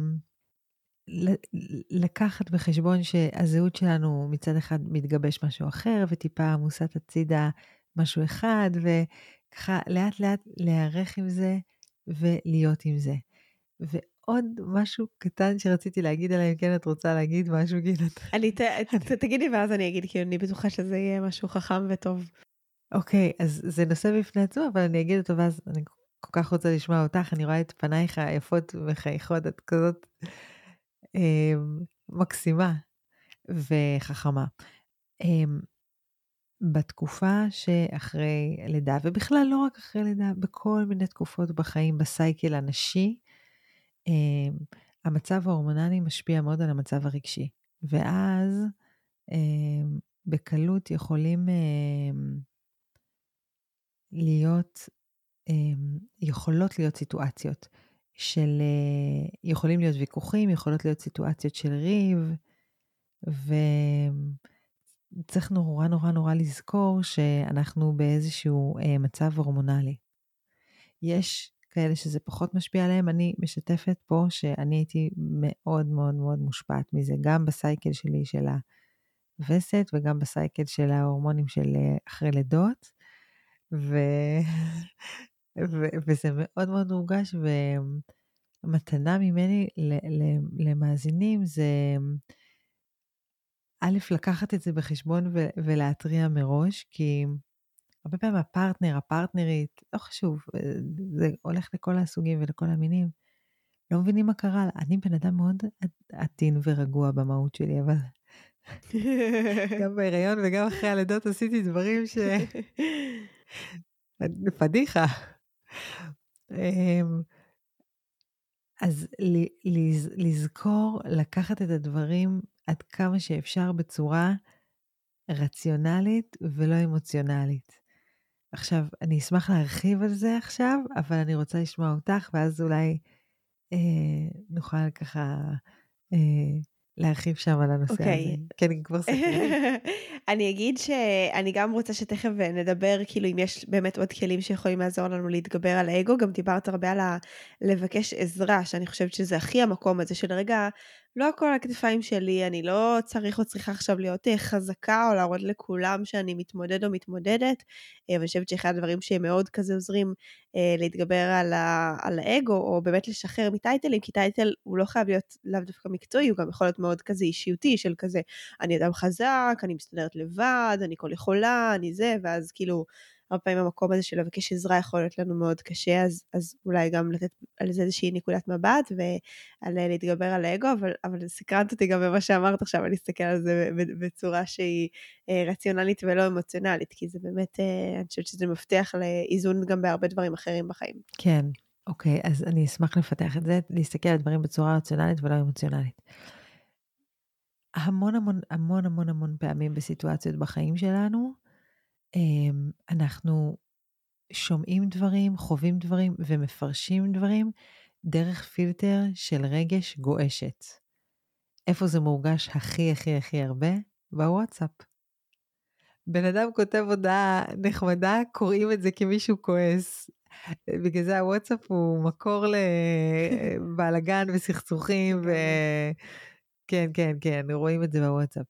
לקחת בחשבון שהזהות שלנו מצד אחד מתגבש משהו אחר, וטיפה מוסת הצידה משהו אחד, וככה לאט לאט להיערך עם זה, ולהיות עם זה. עוד משהו קטן שרציתי להגיד עליהם, כן, את רוצה להגיד משהו, גינת? תגידי ואז אני אגיד, כי אני בטוחה שזה יהיה משהו חכם וטוב. אוקיי, אז זה נושא בפני עצמו, אבל אני אגיד אותו, ואז אני כל כך רוצה לשמוע אותך, אני רואה את פנייך היפות ומחייכות, את כזאת מקסימה וחכמה. בתקופה שאחרי לידה, ובכלל לא רק אחרי לידה, בכל מיני תקופות בחיים, בסייקל הנשי, המצב ההורמונלי משפיע מאוד על המצב הרגשי, ואז בקלות יכולות להיות סיטואציות יכולים להיות ויכוחים, יכולות להיות סיטואציות של ריב, וצריך נורא נורא נורא לזכור שאנחנו באיזשהו מצב הורמונלי. יש כאלה שזה פחות משפיע עליהם, אני משתפת פה שאני הייתי מאוד מאוד מאוד מושפעת מזה, גם בסייקל שלי של הווסת, וגם בסייקל של ההורמונים של אחרי לידות, וזה מאוד מאוד מורגש, ומתנה ממני למאזינים זה א', לקחת את זה בחשבון ולהתריע מראש, כי הרבה פעמים הפרטנר, הפרטנרית, לא חשוב, זה הולך לכל הסוגים ולכל המינים, לא מבינים מה קרה לה. אני בן אדם מאוד עדין ורגוע במהות שלי, אבל גם בהיריון וגם אחרי הלידות עשיתי דברים פדיחה. אז לזכור, לקחת את הדברים עד כמה שאפשר בצורה רציונלית ולא אמוציונלית. עכשיו, אני אשמח להרחיב על זה עכשיו, אבל אני רוצה לשמוע אותך, ואז אולי נוכל ככה להרחיב שם על הנושא הזה. כן, אני כבר סקרנית. אני אגיד שאני גם רוצה שתכף נדבר, כאילו אם יש באמת עוד כלים שיכולים לעזור לנו להתגבר על האגו, גם דיברת הרבה על לבקש עזרה, שאני חושבת שזה הכי המקום הזה של רגע, לא הכל על הכתפיים שלי, אני לא צריך או צריכה עכשיו להיות חזקה, או להראות לכולם שאני מתמודד או מתמודדת, ואני חושבת שאחד הדברים שהם מאוד כזה עוזרים להתגבר על האגו, או באמת לשחרר מטייטלים, כי טייטל הוא לא חייב להיות לאו דווקא מקצועי, הוא גם יכול להיות מאוד כזה אישיותי, של כזה, אני אדם חזק, אני מסתדרת לבד, אני כל יכולה, אני זה, ואז כאילו, הרבה פעמים המקום הזה של לבקש עזרה יכול להיות לנו מאוד קשה, אז אולי גם לתת על זה איזושהי נקודת מבט, ועל להתגבר על האגו, אבל סקרנת אותי גם במה שאמרת עכשיו, אני אסתכל על זה בצורה שהיא רציונלית ולא אמוציונלית, כי זה באמת, אני חושבת שזה מפתח לאיזון גם בהרבה דברים אחרים בחיים. כן, אוקיי, אז אני אשמח לפתח את זה, להסתכל על דברים בצורה רציונלית ולא אמוציונלית. המון המון המון המון המון פעמים בסיטואציות בחיים שלנו, אנחנו שומעים דברים, חווים דברים ומפרשים דברים דרך פילטר של רגש גועשת. איפה זה מורגש הכי הכי הכי הרבה? בוואטסאפ. בן אדם כותב הודעה נחמדה, קוראים את זה כמישהו כועס. בגלל זה הוואטסאפ הוא מקור לבלגן וסכסוכים, כן, כן, כן, רואים את זה בוואטסאפ.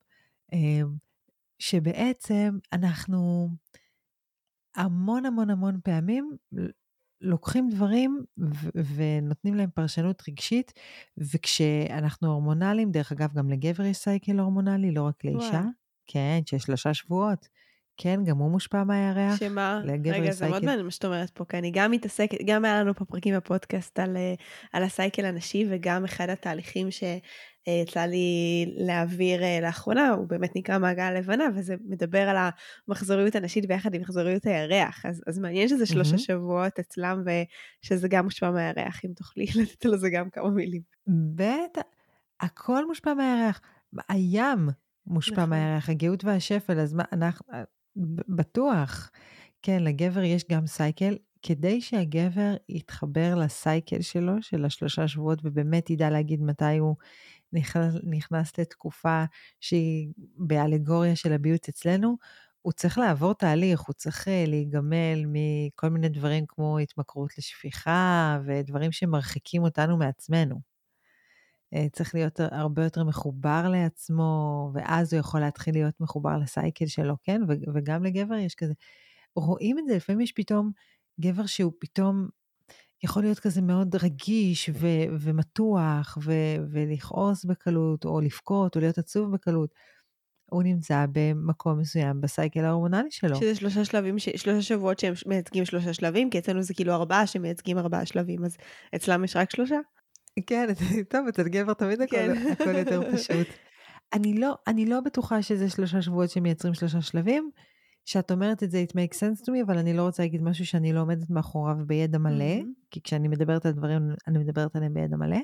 שבעצם אנחנו המון המון המון פעמים לוקחים דברים ונותנים להם פרשנות רגשית, וכשאנחנו הורמונליים, דרך אגב גם לגבר יש סייקל הורמונלי, לא רק לאישה, כן, שיש 3 שבועות, כן, גם הוא מושפע מהירח. שמה? רגע, זה מאוד מעניין מה שאת אומרת פה, כי אני גם מתעסקת, גם היה לנו פה פרקים בפודקאסט על הסייקל הנשי, וגם אחד התהליכים שיצא לי להעביר לאחרונה, הוא באמת נקרא מעגל הלבנה, וזה מדבר על המחזוריות הנשית ביחד עם מחזוריות הירח, אז מעניין שזה 3 שבועות אצלם, ושזה גם מושפע מהירח, אם תוכלי לתת על זה גם כמה מילים. בטח, הכל מושפע מהירח, הים מושפע מהירח, הגאות והשפל, אז מה, אנחנו, בטוח, כן, לגבר יש גם סייקל, כדי שהגבר יתחבר לסייקל שלו, של 3 שבועות, ובאמת ידע להגיד מתי הוא נכנס לתקופה שהיא באלגוריה של הביוט אצלנו, הוא צריך לעבור תהליך, הוא צריך להיגמל מכל מיני דברים כמו התמכרות לשפיכה, ודברים שמרחיקים אותנו מעצמנו. צריך להיות הרבה יותר מחובר לעצמו, ואז הוא יכול להתחיל להיות מחובר לסייקל שלו, כן? וגם לגבר יש כזה, רואים את זה, לפעמים יש פתאום גבר שהוא פתאום יכול להיות כזה מאוד רגיש ומתוח, ולכעוס בקלות, או לבכות, או להיות עצוב בקלות. הוא נמצא במקום מסוים בסייקל ההורמונלי שלו. שזה 3 שלבים, 3 שבועות שהם מייצגים 3 שלבים, כי אצלנו זה כאילו 4 שמייצגים 4 שלבים, אז אצלם יש רק 3? כן, טוב, אצל גבר תמיד הכל יותר פשוט. אני לא בטוחה שזה 3 שבועות שמייצרים 3 שלבים, שאת אומרת את זה, it makes sense to me, אבל אני לא רוצה להגיד משהו שאני לא עומדת מאחוריו בידע מלא, כי כשאני מדברת על דברים, אני מדברת עליהם בידע מלא,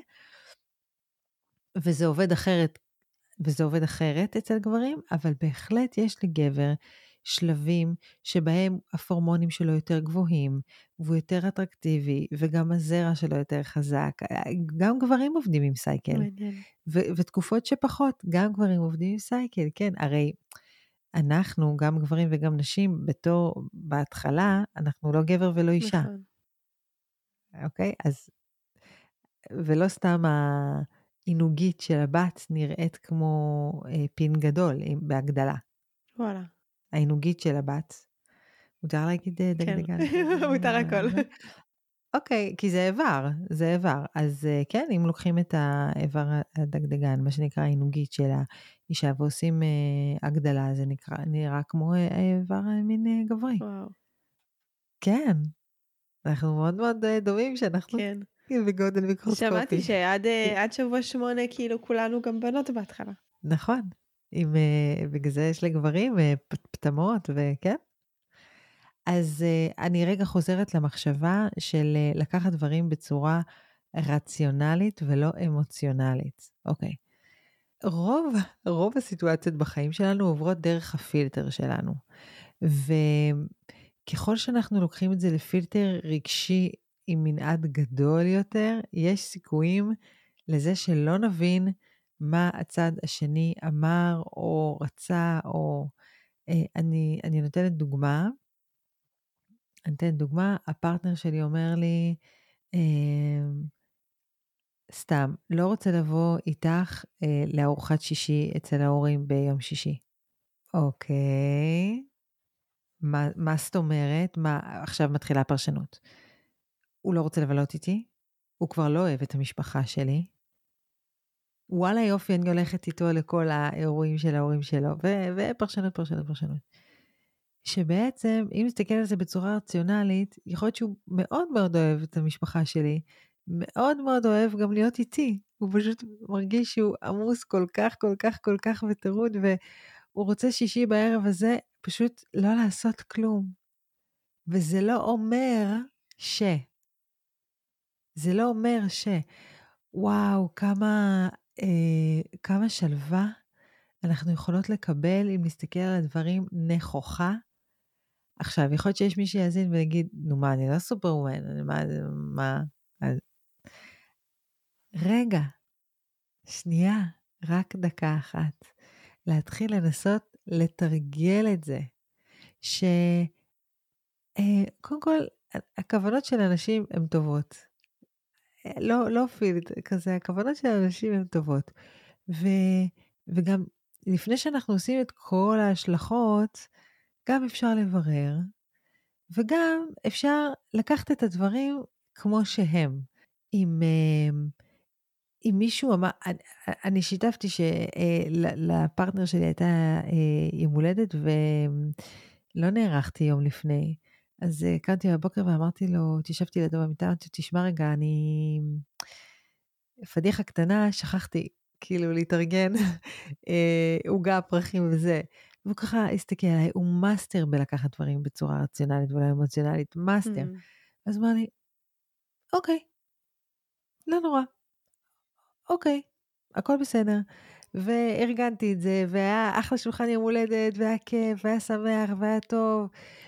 וזה עובד אחרת אצל גברים, אבל בהחלט יש לגבר שלבים שבהם הפורמונים שלו יותר גבוהים, והוא יותר אטרקטיבי, וגם הזרע שלו יותר חזק. גם גברים עובדים עם סייקל, ותקופות שפחות, גם גברים עובדים עם סייקל, כן, הרי אנחנו, גם גברים וגם נשים, בהתחלה, אנחנו לא גבר ולא אישה. נכון. אוקיי? אז, ולא סתם העינוגית של הבת נראית כמו פין גדול, בהגדלה. וואלה. העינוגית של הבת, מותר להגיד דגדגן. כן, מותר הכל. אוקיי, כי זה זה איבר. אז כן, אם לוקחים את האיבר הדגדגן, מה שנקרא עינוגית של האישה, ועושים הגדלה, זה נראה כמו איבר מין גברי. וואו. כן, אנחנו מאוד מאוד דומים שאנחנו כן. בגודל שמעתי מיקרוסקופי. עד שבוע 8 כאילו כולנו גם בנות בהתחלה. נכון, בגלל זה יש לגברים פטמות וכן. אז אני רגע חוזרת למחשבה של לקחת דברים בצורה רציונלית ולא אמוציונלית. אוקיי. רוב הסיטואציות בחיים שלנו עוברות דרך הפילטר שלנו. וככל שאנחנו לוקחים את זה לפילטר רגשי עם מנעד גדול יותר, יש סיכויים לזה שלא נבין מה הצד השני אמר או רצה, או אני נותנת דוגמה. הפרטנר שלי אומר לי, סתם, לא רוצה לבוא איתך לארוחת שישי אצל ההורים ביום שישי. אוקיי, מה זאת אומרת? עכשיו מתחילה הפרשנות. הוא לא רוצה לבלות איתי, הוא כבר לא אוהב את המשפחה שלי. וואלה יופי, אני הולכת איתו לכל האירועים של ההורים שלו, ופרשנות. שבעצם, אם נסתכל על זה בצורה רציונלית, יכול להיות שהוא מאוד מאוד אוהב את המשפחה שלי, מאוד מאוד אוהב גם להיות איתי. הוא פשוט מרגיש שהוא עמוס כל כך וטרוד, והוא רוצה שישי בערב הזה פשוט לא לעשות כלום. וזה לא אומר זה לא אומר וואו, כמה שלווה אנחנו יכולות לקבל אם נסתכל על הדברים נכוחה. עכשיו, יכול להיות שיש מי שיאזין ויגיד, נו מה, אני לא סופרמן, מה? רגע, שנייה, רק דקה אחת. להתחיל לנסות לתרגל את זה, קודם כל, הכוונות של אנשים הן טובות. לא פילט, כזה, הכוונות של אנשים הן טובות. וגם לפני שאנחנו עושים את כל ההשלכות, גם אפשר לברר, וגם אפשר לקחת את הדברים כמו שהם. אם מישהו אמר, אני שיתפתי שלפרטנר שלי הייתה יום הולדת, ולא נערכתי יום לפני. אז קמתי בבוקר ואמרתי לו, תשבתי לידו במיטה, אמרתי, תשמע רגע, אני פדיחה קטנה, שכחתי כאילו להתארגן, עוגה, פרחים וזה. והוא ככה הסתכל עליי, הוא מאסטר בלקחת דברים בצורה רציונלית ולא אמוציונלית, מאסטר. אז אמר לי, אוקיי, לא נורא, אוקיי, הכל בסדר. וארגנתי את זה, והיה אחלה שולחן יום הולדת, והיה כיף, והיה שמח, והיה טוב.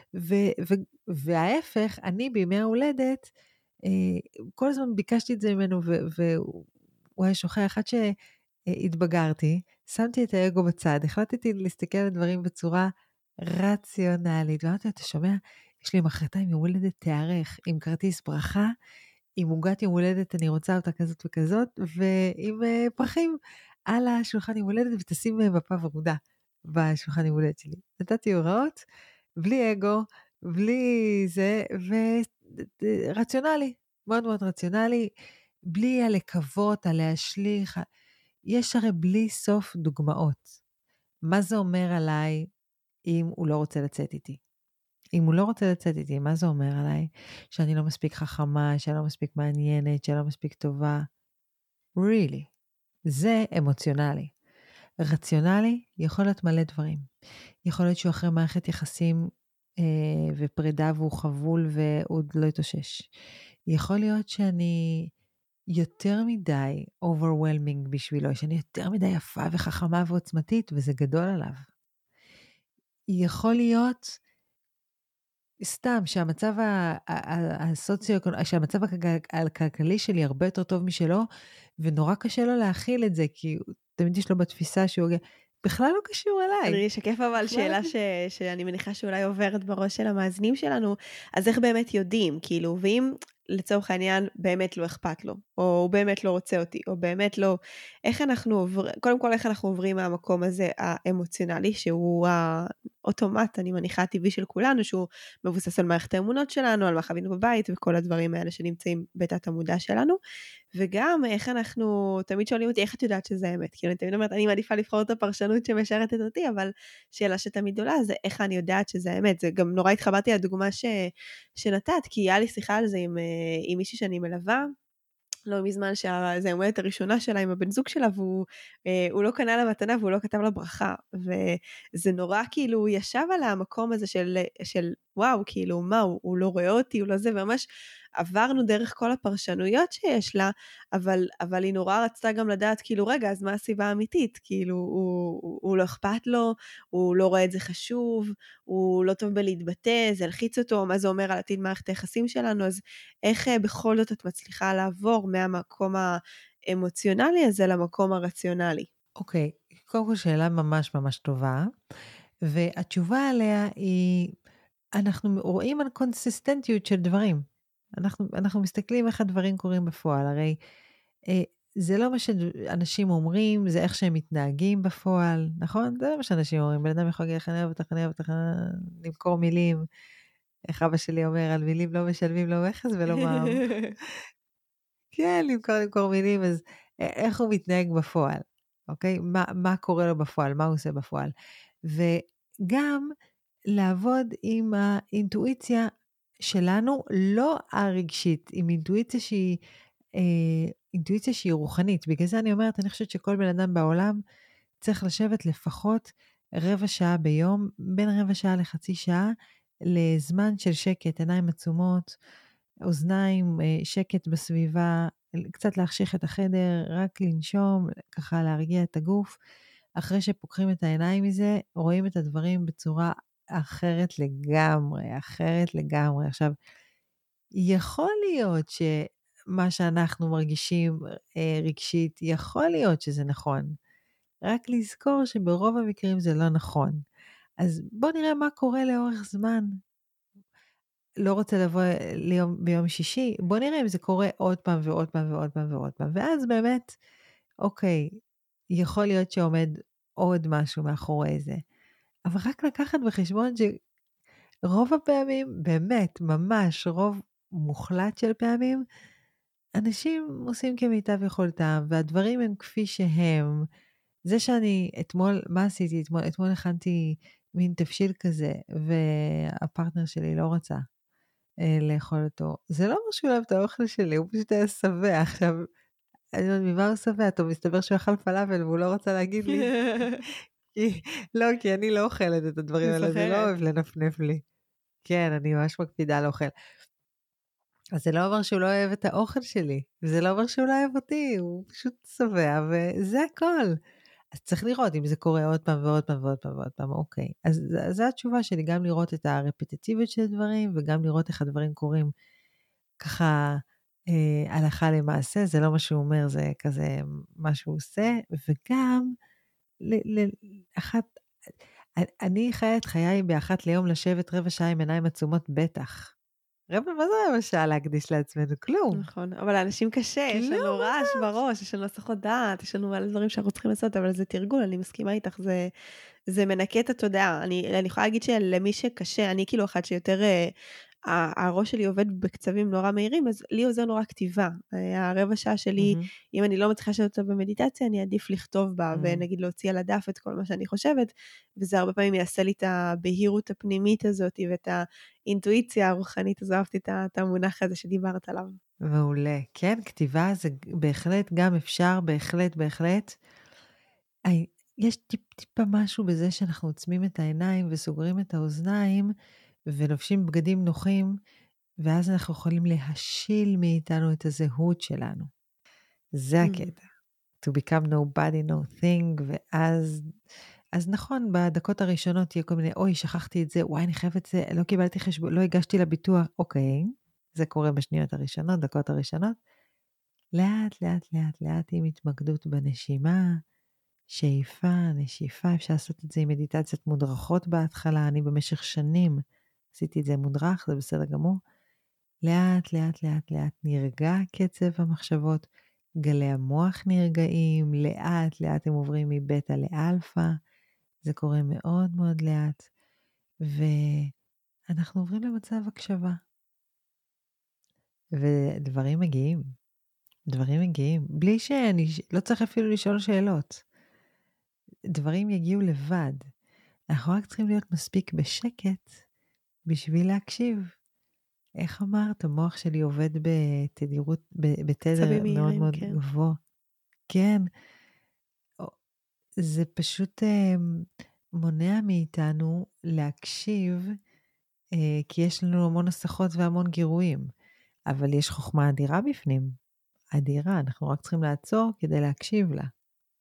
וההפך, אני בימי ההולדת, כל הזמן ביקשתי את זה ממנו, והוא היה שוכח. עד שהתבגרתי, שמתי את האגו בצד, החלטתי להסתכל על דברים בצורה רציונלית, ואמרתי, אתה שומע? יש לי מחרתיים יום הולדת תארך, עם כרטיס ברכה, עם עוגת יום הולדת, אני רוצה אותה כזאת וכזאת, ועם פרחים על השולחן יום הולדת, ותשים מפה ורודה בשולחן יום הולדת שלי. נתתי הוראות, בלי אגו, בלי זה, ורציונלי, מאוד מאוד רציונלי, בלי הלקוות, הלהשליך. יש הרי בלי סוף דוגמאות. מה זה אומר עליי אם הוא לא רוצה לצאת איתי? אם הוא לא רוצה לצאת איתי, מה זה אומר עליי? שאני לא מספיק חכמה, שאני לא מספיק מעניינת, שאני לא מספיק טובה. Really. זה אמוציונלי. רציונלי יכול להיות מלא דברים. יכול להיות שהוא אחרי מערכת יחסים ופרידה והוא חבול ועוד לא יתאושש. יכול להיות שאני יותר מדי overwhelming בשבילו, שאני יותר מדי יפה וחכמה ועוצמתית, וזה גדול עליו. יכול להיות סתם שהמצב שהמצב הכלכלי שלי הרבה יותר טוב משלו, ונורא קשה לו להכיל את זה, כי תמיד יש לו בתפיסה שהוא בכלל לא קשור אליי. אני אשקף אבל שאלה שאני מניחה שאולי עוברת בראש של המאזינים שלנו, אז איך באמת יודעים? כאילו, ואם לצורך העניין באמת לא אכפת לו, או הוא באמת לא רוצה אותי, או באמת לא, איך אנחנו עוברים, קודם כל איך אנחנו עוברים מהמקום הזה האמוציונלי, שהוא האוטומט, אני מניחה הטבעי של כולנו, שהוא מבוסס על מערכת האמונות שלנו, על מה חווינו בבית, וכל הדברים האלה שנמצאים בתת המודע שלנו, וגם איך אנחנו, תמיד שואלים אותי, איך את יודעת שזה אמת? כאילו, אני תמיד אומרת, אני מעדיפה לבחור את הפרשנות שמשרתת אותי, אבל שאלה שתמיד עולה, זה איך אני יודעת שזה אמת. זה גם נורא התחברתי לדוגמה שנתת, כי היה לי שיחה על זה עם מישהי שאני מלווה, לא מזמן שזה היום הולדת הראשונה שלה עם הבן זוג שלה, והוא לא קנה לה מתנה והוא לא כתב לה ברכה, וזה נורא כאילו, הוא ישב על המקום הזה של וואו, כאילו מה, הוא לא רואה אותי, הוא לא זה, וממש עברנו דרך כל הפרשנויות שיש לה, אבל היא נורא רצתה גם לדעת, כאילו רגע, אז מה הסיבה האמיתית? כאילו, הוא לא אכפת לו, הוא לא רואה את זה חשוב, הוא לא טוב בלהתבטא, זה הלחיץ אותו, מה זה אומר על עתיד מערכת היחסים שלנו, אז איך בכל זאת את מצליחה לעבור מהמקום האמוציונלי הזה למקום הרציונלי? אוקיי, קודם כל שאלה ממש ממש טובה, והתשובה עליה היא, אנחנו רואים על קונסיסטנטיות של דברים. אנחנו מסתכלים איך הדברים קורים בפועל, הרי זה לא מה שאנשים אומרים, זה איך שהם מתנהגים בפועל, נכון? זה לא מה שאנשים אומרים, בן אדם יכול להגיד לך, אני אוהב אותך, למכור מילים, איך אבא שלי אומר, על מילים לא משלמים, לא מכס ולא מע"מ. כן, למכור מילים, אז איך הוא מתנהג בפועל, אוקיי? מה קורה לו בפועל, מה הוא עושה בפועל. וגם לעבוד עם האינטואיציה שלנו, לא הרגשית, עם אינטואיציה שהיא רוחנית. בגלל זה אני אומרת, אני חושבת שכל בן אדם בעולם צריך לשבת לפחות רבע שעה ביום, בין רבע שעה לחצי שעה, לזמן של שקט, עיניים עצומות, אוזניים, שקט בסביבה, קצת להחשיך את החדר, רק לנשום, ככה להרגיע את הגוף. אחרי שפוקחים את העיניים מזה, רואים את הדברים בצורה אחרת לגמרי, אחרת לגמרי. עכשיו, יכול להיות שמה שאנחנו מרגישים רגשית, יכול להיות שזה נכון. רק לזכור שברוב המקרים זה לא נכון. אז בואו נראה מה קורה לאורך זמן. לא רוצה לבוא ביום שישי, בוא נראה אם זה קורה עוד פעם ועוד פעם ועוד פעם ועוד פעם. ואז באמת, אוקיי, יכול להיות שעומד עוד משהו מאחורי זה. אבל רק לקחת בחשבון שרוב הפעמים, באמת, ממש רוב מוחלט של פעמים, אנשים עושים כמיטב יכולתם, והדברים הם כפי שהם. זה שאני אתמול, מה עשיתי אתמול? אתמול הכנתי מין תבשיל כזה, והפרטנר שלי לא רצה לאכול אותו. זה לא אומר שהוא לא אוהב את האוכל שלי, הוא פשוט היה שבע. עכשיו, אני אומרת, ממה הוא שבע? טוב, מסתבר שהוא אכל פלאפל והוא לא רצה להגיד לי. לא, כי אני לא אוכלת את הדברים האלה, זה לא אוהב לנפנף לי. כן, אני ממש מקפידה לאוכל. אז זה לא אומר שהוא לא אוהב את האוכל שלי, וזה לא אומר שהוא לא אוהב אותי, הוא פשוט שבע, וזה הכל. אז צריך לראות אם זה קורה עוד פעם ועוד פעם ועוד פעם ועוד פעם, אוקיי. אז זו התשובה שלי, גם לראות את הרפטיטיביות של דברים, וגם לראות איך הדברים קורים ככה הלכה למעשה, זה לא מה שהוא אומר, זה כזה מה שהוא עושה, וגם אני חיה את חיי באחת ליום לשבת רבע שעה עם עיניים עצומות בטח. מה זה רבע שעה להקדיש לעצמנו? כלום. נכון, אבל לאנשים קשה, יש לנו רעש בראש, יש לנו הסחות דעת, יש לנו מלא דברים שאנחנו צריכים לעשות, אבל זה תרגול, אני מסכימה איתך, זה מנקה את התודעה. אני יכולה להגיד שלמי שקשה, אני כאילו אחת שיותר, הראש שלי עובד בקצבים נורא מהירים, אז לי עוזר נורא כתיבה. הרבע שעה שלי, אם אני לא מצליחה לשבת אותה במדיטציה, אני עדיף לכתוב בה, ונגיד להוציא על הדף את כל מה שאני חושבת, וזה הרבה פעמים יעשה לי את הבהירות הפנימית הזאת, ואת האינטואיציה הרוחנית, אז אהבתי את המונח הזה שדיברת עליו. מעולה. כן, כתיבה זה בהחלט גם אפשר, בהחלט. יש טיפה משהו בזה שאנחנו עוצמים את העיניים וסוגרים את האוזניים, ולובשים בגדים נוחים, ואז אנחנו יכולים להשיל מאיתנו את הזהות שלנו. זה הקטע. To become nobody, no thing, אז נכון, בדקות הראשונות תהיה כל מיני, אוי, שכחתי את זה, וואי, אני חייבת את זה, לא קיבלתי חשבון, לא הגשתי לביטוח, אוקיי, זה קורה בשניות הראשונות, דקות הראשונות. לאט, עם התמקדות בנשימה, שאיפה, נשיפה, אפשר לעשות את זה עם מדיטציות מודרכות בהתחלה, אני במשך שנים עשיתי את זה מודרך, זה בסדר גמור, לאט, לאט, לאט, לאט נרגע קצב המחשבות, גלי המוח נרגעים, לאט, לאט הם עוברים מבטא לאלפא, זה קורה מאוד מאוד לאט, ואנחנו עוברים למצב הקשבה, ודברים מגיעים, דברים מגיעים, בלי שאני, לא צריך אפילו לשאול שאלות, דברים יגיעו לבד, אנחנו רק צריכים להיות מספיק בשקט, בשביל להקשיב. איך אמרת? המוח שלי עובד בתדירות, בתדר עצבים מאוד מהירים, מאוד כן. גבוה. כן, זה פשוט מונע מאיתנו להקשיב, כי יש לנו המון הסחות והמון גירויים, אבל יש חוכמה אדירה בפנים, אדירה, אנחנו רק צריכים לעצור כדי להקשיב לה.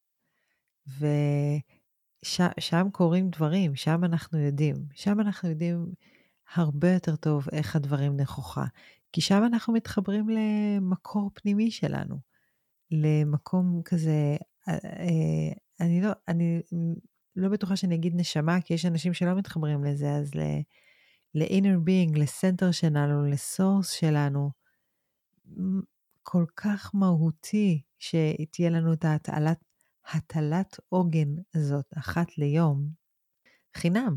ושם קורים דברים, שם אנחנו יודעים הרבה יותר טוב איך הדברים נכוחה, כי שם אנחנו מתחברים למקור פנימי שלנו, למקום כזה, אני לא בטוחה שאני אגיד נשמה, כי יש אנשים שלא מתחברים לזה, אז ל-inner being, לסנטר שלנו, לסורס שלנו, כל כך מהותי, שתהיה לנו את הטלת עוגן הזאת, אחת ליום, חינם.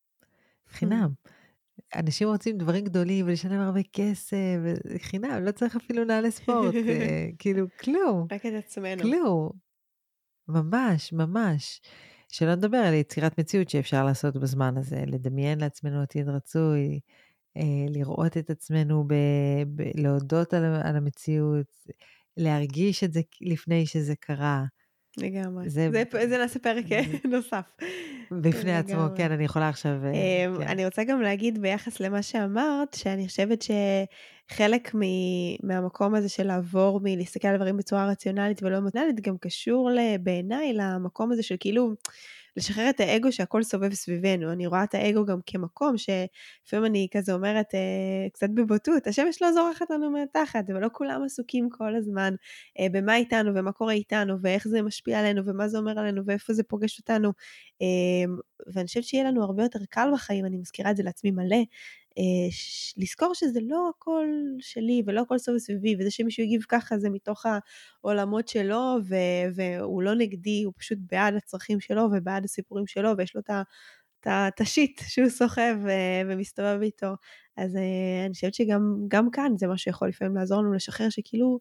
אנשים רוצים דברים גדולים ולשלם הרבה כסף, חינם, לא צריך אפילו נעלי ספורט, כאילו כלום, רק את עצמנו. כלום, ממש, ממש. שלא נדבר על יצירת מציאות שאפשר לעשות בזמן הזה, לדמיין לעצמנו עתיד רצוי, לראות את עצמנו, להודות על המציאות, להרגיש את זה לפני שזה קרה. לגמרי. זה זה נעשה פרק נוסף. בפני עצמו, כן, אני יכולה עכשיו, כן. אני רוצה גם להגיד ביחס למה שאמרת, שאני חושבת שחלק מהמקום הזה של לעבור מלהסתכל על דברים בצורה רציונלית ולא אמוציונלית, גם קשור בעיניי למקום הזה של כאילו לשחרר את האגו שהכל סובב סביבנו. אני רואה את האגו גם כמקום שלפעמים אני כזה אומרת קצת בבוטות, השמש לא זורחת לנו מהתחת, אבל לא כולם עסוקים כל הזמן במה איתנו ומה קורה איתנו ואיך זה משפיע עלינו ומה זה אומר עלינו ואיפה זה פוגש אותנו. ואני חושבת שיהיה לנו הרבה יותר קל בחיים, אני מזכירה את זה לעצמי מלא, לזכור שזה לא הכל שלי ולא הכל סובב סביבי, וזה שמישהו יגיב ככה זה מתוך העולמות שלו, והוא לא נגדי, הוא פשוט בעד הצרכים שלו ובעד הסיפורים שלו, ויש לו את השיט שהוא סוחב ומסתובב איתו. אז אני חושבת שגם כאן זה מה שיכול לפעמים לעזור לנו לשחרר, שכאילו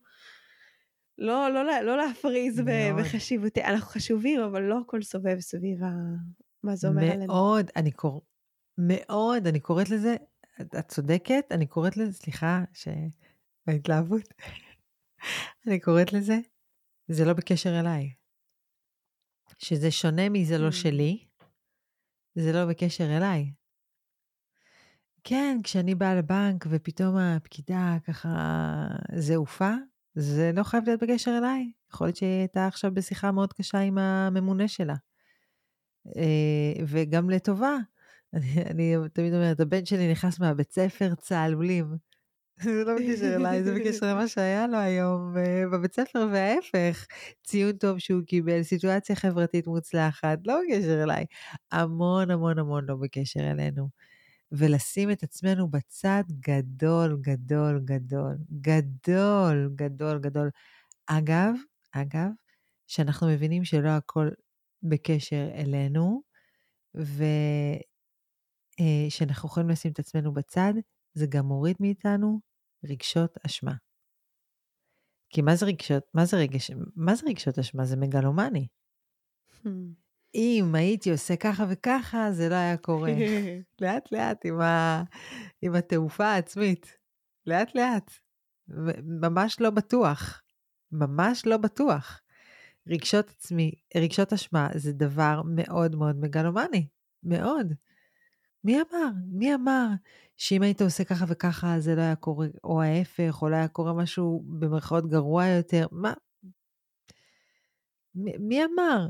לא להפריז בחשיבותי, אנחנו חשובים, אבל לא הכל סובב סביב מה זה אומר עלינו. מאוד, אני קוראת לזה, את צודקת, אני קוראת לזה, סליחה, בהתלהבות, אני קוראת לזה, זה לא בקשר אליי. שזה שונה מזה לא שלי, זה לא בקשר אליי. כן, כשאני באה לבנק ופתאום הפקידה ככה זעופה, זה לא חייב להיות בקשר אליי. יכול להיות שהיא הייתה עכשיו בשיחה מאוד קשה עם הממונה שלה. וגם לטובה. אני תמיד אומרת, הבן שלי נכנס מהבית ספר צהלולים. זה לא בקשר אליי, זה בקשר למה שהיה לו היום בבית ספר, וההפך, ציון טוב שהוא קיבל, סיטואציה חברתית מוצלחת, לא בקשר אליי. המון המון המון לא בקשר אלינו. ולשים את עצמנו בצד גדול, גדול, גדול, גדול, גדול, גדול. אגב, שאנחנו מבינים שלא הכל בקשר אלינו, ושאנחנו יכולים לשים את עצמנו בצד, זה גם מוריד מאיתנו רגשות אשמה. כי מה זה רגשות אשמה? זה מגלומני. אם הייתי עושה ככה וככה, זה לא היה קורה. לאט לאט עם התעופה העצמית. לאט לאט. ממש לא בטוח. ממש לא בטוח. רגשות אשמה זה דבר מאוד מאוד מגלומני. מאוד. מי אמר שאם היית עושה ככה וככה זה לא היה קורה, או ההפך, או לא היה קורה משהו במרכאות גרוע יותר? מה? מי אמר?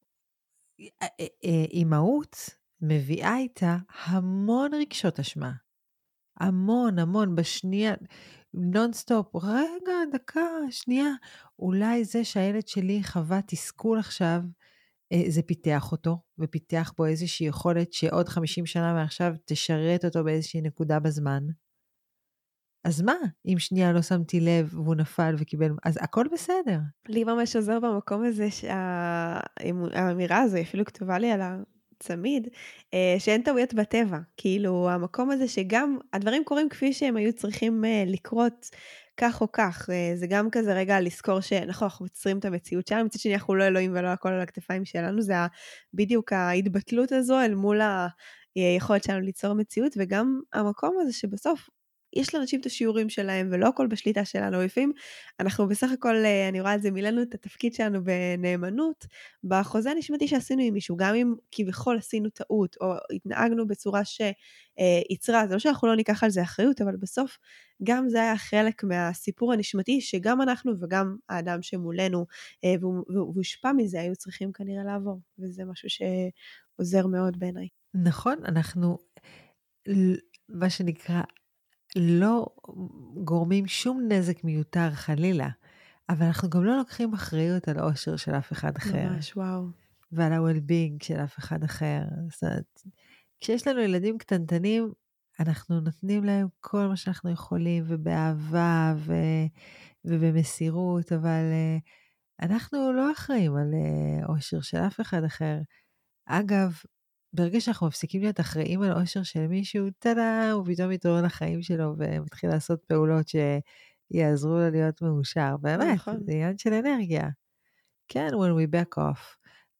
אימהות מביאה איתה המון רגשות אשמה. המון, בשנייה, נונסטופ, רגע, דקה, שנייה. אולי זה שהילד שלי חווה תסכול עכשיו, זה פיתח אותו, ופיתח בו איזושהי יכולת שעוד 50 שנה מעכשיו תשרת אותו באיזושהי נקודה בזמן. אז מה? אם שנייה לא שמתי לב והוא נפל וקיבל, אז הכל בסדר. לי ממש עוזר במקום הזה, האמירה הזו, היא אפילו כתובה לי על הצמיד, שאין טעויות בטבע. כאילו, המקום הזה שגם הדברים קורים כפי שהם היו צריכים לקרות, כך או כך. זה גם כזה רגע לזכור שאנחנו יוצרים את המציאות שלנו, מצד שני אנחנו לא אלוהים ולא הכל על הכתפיים שלנו, זה בדיוק ההתבטלות הזו אל מול היכולת שלנו ליצור מציאות, וגם המקום הזה שבסוף יש לאנשים את השיעורים שלהם, ולא הכל בשליטה שלנו. לפעמים אנחנו בסך הכל, אני רואה את זה, מילאנו את התפקיד שלנו בנאמנות, בחוזה הנשמתי שעשינו עם מישהו, גם אם כביכול עשינו טעות, או התנהגנו בצורה שיצרה, זה לא שאנחנו לא ניקח על זה אחריות, אבל בסוף גם זה היה חלק מהסיפור הנשמתי, שגם אנחנו וגם האדם שמולנו, והוא הושפע מזה, היו צריכים כנראה לעבור, וזה משהו שעוזר מאוד בעיניי. נכון, אנחנו, מה שנקרא, לא גורמים שום נזק מיותר חלילה, אבל אנחנו גם לא לוקחים אחריות על האושר של אף אחד אחר. ממש, וואו. ועל ה-well-being של אף אחד אחר. זאת אומרת, כשיש לנו ילדים קטנטנים, אנחנו נותנים להם כל מה שאנחנו יכולים, ובאהבה, ובמסירות, אבל אנחנו לא אחראים על אושר של אף אחד אחר. אגב, ברגע שאנחנו מפסיקים להיות אחראים על אושר של מישהו, טדה, הוא פתאום מתעורר לחיים שלו, ומתחיל לעשות פעולות שיעזרו לו להיות מאושר. באמת, נכון. זה עניין של אנרגיה. כן, when we back off.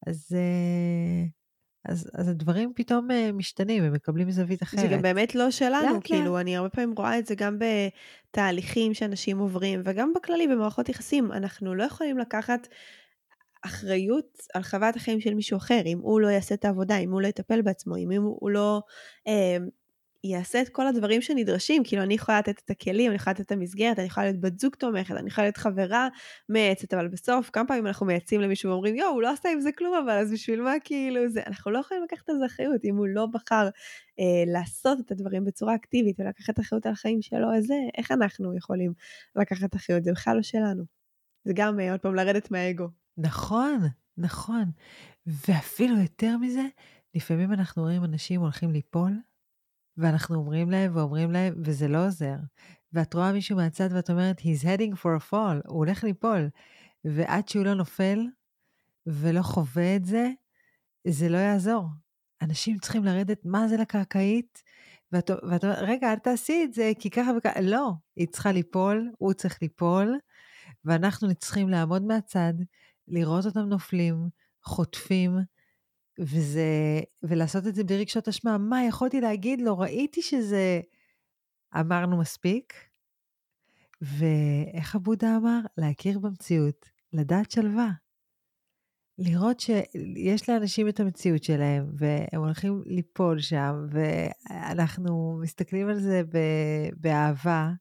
אז הדברים פתאום משתנים, הם מקבלים זווית אחרת. זה גם באמת לא שלנו, לאט כאילו, לאט. אני הרבה פעמים רואה את זה גם בתהליכים שאנשים עוברים, וגם בכללי במערכות יחסים, אנחנו לא יכולים לקחת אחריות על חוות החיים של מישהו אחר, אם הוא לא יעשה את העבודה, אם הוא לא יטפל בעצמו, אם הוא לא יעשה את כל הדברים שנדרשים, כאילו אני יכולה לתת את הכלים, אני יכולה לתת את המסגרת, אני יכולה להיות בת זוג תומכת, אני יכולה להיות חברה מייעצת, אבל בסוף כמה פעמים אנחנו מייעצים למישהו ואומרים, יו, הוא לא עשה עם זה כלום, אבל אז בשביל מה כאילו זה, אנחנו לא יכולים לקחת על זה אחריות, אם הוא לא בחר לעשות את הדברים בצורה אקטיבית, ולקחת אחריות על החיים שלו, אז איך אנחנו יכולים לקחת אחריות, זה בכלל לא שלנו. זה גם עוד פעם לרדת מהאגו. נכון, נכון. ואפילו יותר מזה, לפעמים אנחנו רואים אנשים הולכים ליפול, ואנחנו אומרים להם, וזה לא עוזר. ואת רואה מישהו מהצד ואת אומרת, he's heading for a fall, הוא הולך ליפול. ועד שהוא לא נופל, ולא חווה את זה, זה לא יעזור. אנשים צריכים לרדת, מה זה לקרקעית? ואת אומרת, רגע, אל תעשי את זה, כי ככה וככה, לא, היא צריכה ליפול, הוא צריך ליפול, ואנחנו צריכים לעמוד מהצד, לראות אותם נופלים, חוטפים, ולעשות את זה בלי רגשות אשמה. מה יכולתי להגיד לו? ראיתי שזה, אמרנו מספיק, ואיך הבודה אמר? להכיר במציאות, לדעת שלווה. לראות שיש לאנשים את המציאות שלהם, והם הולכים ליפול שם, ואנחנו מסתכלים על זה באהבה,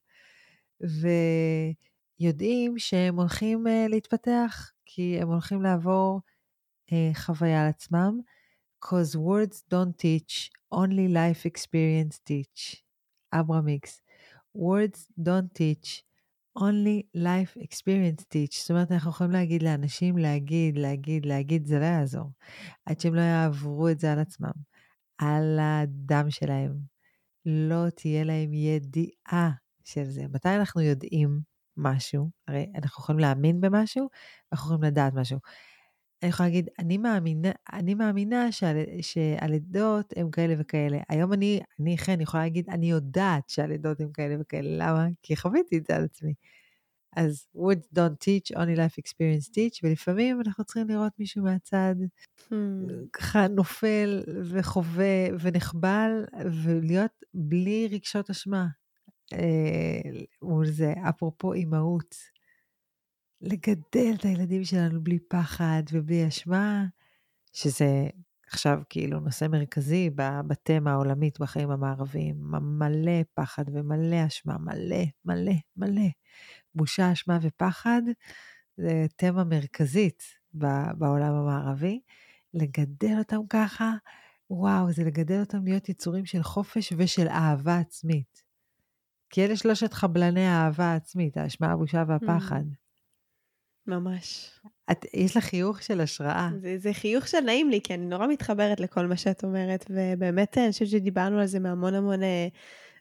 ויודעים שהם הולכים להתפתח, כי הם הולכים לעבור חוויה על עצמם, cause words don't teach, only life experience teach. אברמיקס. words don't teach, only life experience teach. זאת אומרת, אנחנו יכולים להגיד לאנשים, להגיד, זה לא יעזור. עד שהם לא יעברו את זה על עצמם, על הדם שלהם. לא תהיה להם ידיעה של זה. מתי אנחנו יודעים משהו? הרי אנחנו יכולים להאמין במשהו, אנחנו יכולים לדעת משהו. אני יכולה להגיד, אני מאמינה שהלידות הם כאלה וכאלה. היום אני יכולה להגיד, אני יודעת שהלידות הם כאלה וכאלה. למה? כי חוויתי את זה על עצמי. אז words don't teach, only life experience teach, ולפעמים אנחנו צריכים לראות מישהו מהצד, ככה נופל וחווה ונחבל, ולהיות בלי רגשות אשמה. מול זה, אפרופו אימהות, לגדל את הילדים שלנו בלי פחד ובלי אשמה, שזה עכשיו כאילו נושא מרכזי בתמה העולמית בחיים המערביים, מלא פחד ומלא אשמה, מלא. בושה, אשמה ופחד, זה תמה מרכזית בעולם המערבי. לגדל אותם ככה, וואו, זה לגדל אותם להיות יצורים של חופש ושל אהבה עצמית. כי אלה שלושת חבלני האהבה העצמית, האשמה, הבושה והפחד. ממש. יש לך חיוך של השראה. זה חיוך שנעים לי, כי אני נורא מתחברת לכל מה שאת אומרת, ובאמת אני חושבת שדיברנו על זה מהמון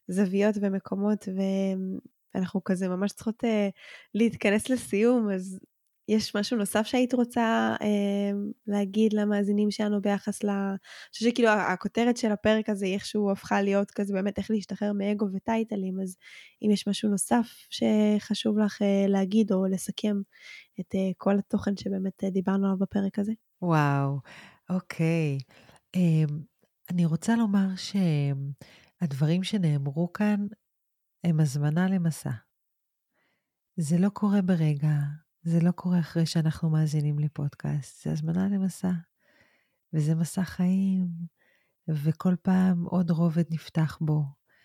זוויות ומקומות, ואנחנו כזה ממש צריכות להתכנס לסיום, אז יש משהו נוסף שהיית רוצה להגיד למאזינים שלנו ביחס אני חושבת שכאילו הכותרת של הפרק הזה איכשהו הפכה להיות כזה באמת איך להשתחרר מאגו וטייטלים, אז אם יש משהו נוסף שחשוב לך להגיד או לסכם את כל התוכן שבאמת דיברנו עליו בפרק הזה. וואו, אוקיי. אני רוצה לומר שהדברים שנאמרו כאן הם הזמנה למסע. זה לא קורה ברגע, זה לא קורה אחרי שאנחנו מאזינים לפודקאסט, זה הזמנה למסע. וזה מסע חיים, וכל פעם עוד רובד נפתח בו.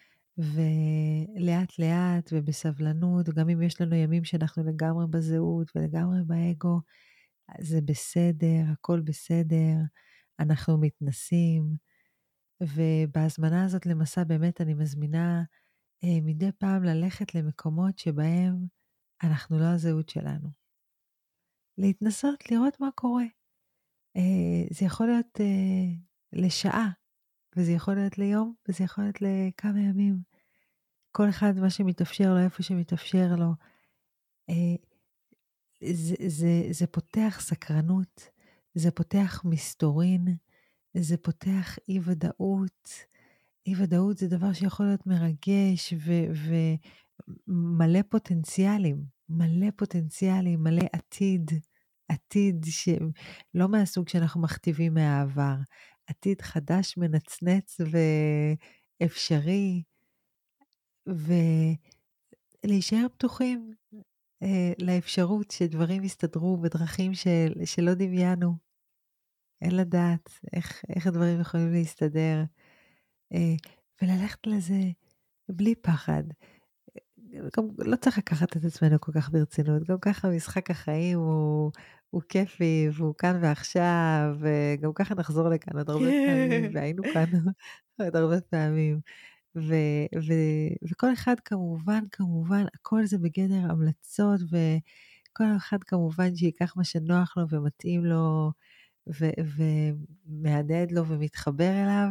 ולאט לאט ובסבלנות, גם אם יש לנו ימים שאנחנו לגמרי בזהות ולגמרי באגו, זה בסדר, הכל בסדר, אנחנו מתנסים, ובהזמנה הזאת למסע באמת אני מזמינה מדי פעם ללכת למקומות שבהם אנחנו לא הזהות שלנו. להתנסות, לראות מה קורה. זה יכול להיות לשעה, וזה יכול להיות ליום, וזה יכול להיות לכמה ימים. כל אחד מה שמתאפשר לו, איפה שמתאפשר לו. זה פותח סקרנות, זה פותח מסתורין, זה פותח אי ודאות. אי ודאות זה דבר שיכול להיות מרגש ומלא פוטנציאלים, מלא עתיד שלא מהסוג שאנחנו מכתיבים מהעבר, עתיד חדש מנצנץ ואפשרי, ולהישאר פתוחים לאפשרות שדברים יסתדרו בדרכים שלא דמיינו. אין לדעת איך הדברים יכולים להסתדר, וללכת לזה בלי פחד. גם לא צריך לקחת את עצמנו כל כך ברצינות, גם ככה משחק החיים הוא כיפי, והוא כאן ועכשיו, וגם ככה נחזור לכאן עוד הרבה פעמים, והיינו כאן עוד הרבה פעמים. וכל אחד כמובן, הכל זה בגדר המלצות, וכל אחד כמובן שיקח מה שנוח לו ומתאים לו, ומהדהד לו ומתחבר אליו,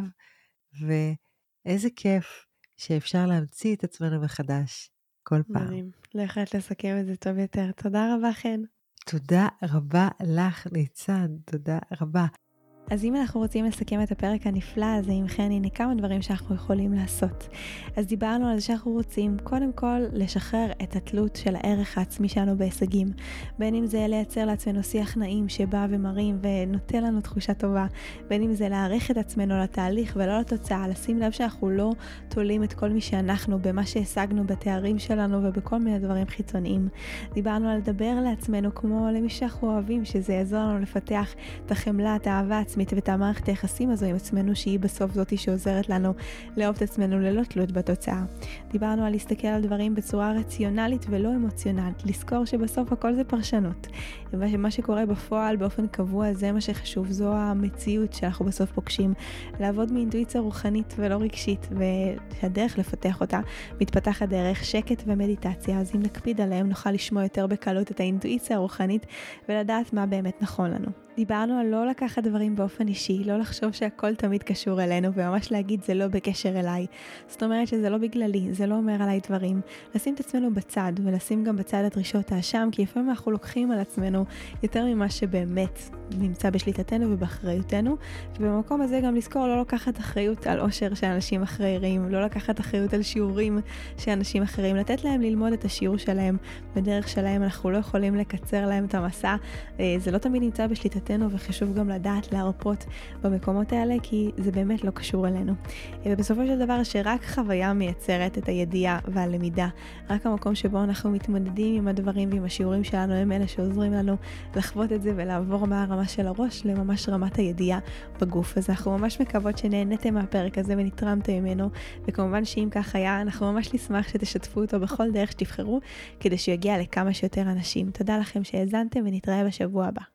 ואיזה כיף שאפשר להמציא את עצמנו מחדש כל פעם. מדהים, להחלט לסכם את זה טוב יותר. תודה רבה חן. תודה רבה לך ניצן, תודה רבה. אז אם אנחנו רוצים לסכם את הפרק הנפלא הזה עם חן, הנה כמה דברים שאנחנו יכולים לעשות. אז דיברנו על זה שאנחנו רוצים קודם כל לשחרר את התלות של הערך העצמי שלנו בהישגים. בין אם זה לייצר לעצמנו שיח נעים שבא ומרים ונותן לנו תחושה טובה. בין אם זה להעריך את עצמנו לתהליך ולא לתוצאה, לשים לב שאנחנו לא תולים את כל מי שאנחנו במה שהשגנו בתארים שלנו ובכל מיני דברים חיצוניים. דיברנו על לדבר לעצמנו כמו למי שאנחנו אוהבים, שזה יעזור לנו לפתח את החמלה, את האהבה עצמית ואת המערכת היחסים הזו עם עצמנו, שהיא בסוף זאתי שעוזרת לנו לאהוב את עצמנו ללא תלות בתוצאה. דיברנו על להסתכל על דברים בצורה רציונלית ולא אמוציונלית, לזכור שבסוף הכל זה פרשנות. ומה שקורה בפועל באופן קבוע זה מה שחשוב, זו המציאות שאנחנו בסוף פוגשים. לעבוד מאינטואיציה רוחנית ולא רגשית, והדרך לפתח אותה מתפתחת דרך שקט ומדיטציה, אז אם נקפיד עליהם נוכל לשמוע יותר בקלות את האינטואיציה הרוחנית ולדעת מה באמת נכון לנו. דיברנו על לא לקחת דברים באופן אישי, לא לחשוב שהכל תמיד קשור אלינו, וממש להגיד זה לא בקשר אליי. זאת אומרת שזה לא בגללי, זה לא אומר עליי דברים. לשים את עצמנו בצד, ולשים גם בצד את דרישות האשם, כי לפעמים אנחנו לוקחים על עצמנו יותר ממה שבאמת נמצא בשליטתנו ובאחריותנו, ובמקום הזה גם לזכור לא לקחת אחריות על עושר של אנשים אחרים, לא לקחת אחריות על שיעורים של אנשים אחרים, לתת להם ללמוד את השיעור שלהם בדרך שלהם, אנחנו לא יכולים לקצר להם את המסע, זה לא תמיד נמצא בשליטתנו, וחשוב גם לדעת להרפות במקומות האלה, כי זה באמת לא קשור אלינו. ובסופו של דבר שרק חוויה מייצרת את הידיעה והלמידה, רק המקום שבו אנחנו מתמודדים עם הדברים ועם השיעורים שלנו, הם אלה שעוזרים לנו לחוות את זה ולעבור מהרמה של הראש לממש רמת הידיעה בגוף. אז אנחנו ממש מקוות שנהנתם מהפרק הזה ונתרמתם ממנו, וכמובן שאם כך היה, אנחנו ממש נשמח שתשתפו אותו בכל דרך שתבחרו, כדי שיגיע לכמה שיותר אנשים. תודה לכם שהאזנתם ונתראה בשבוע הבא.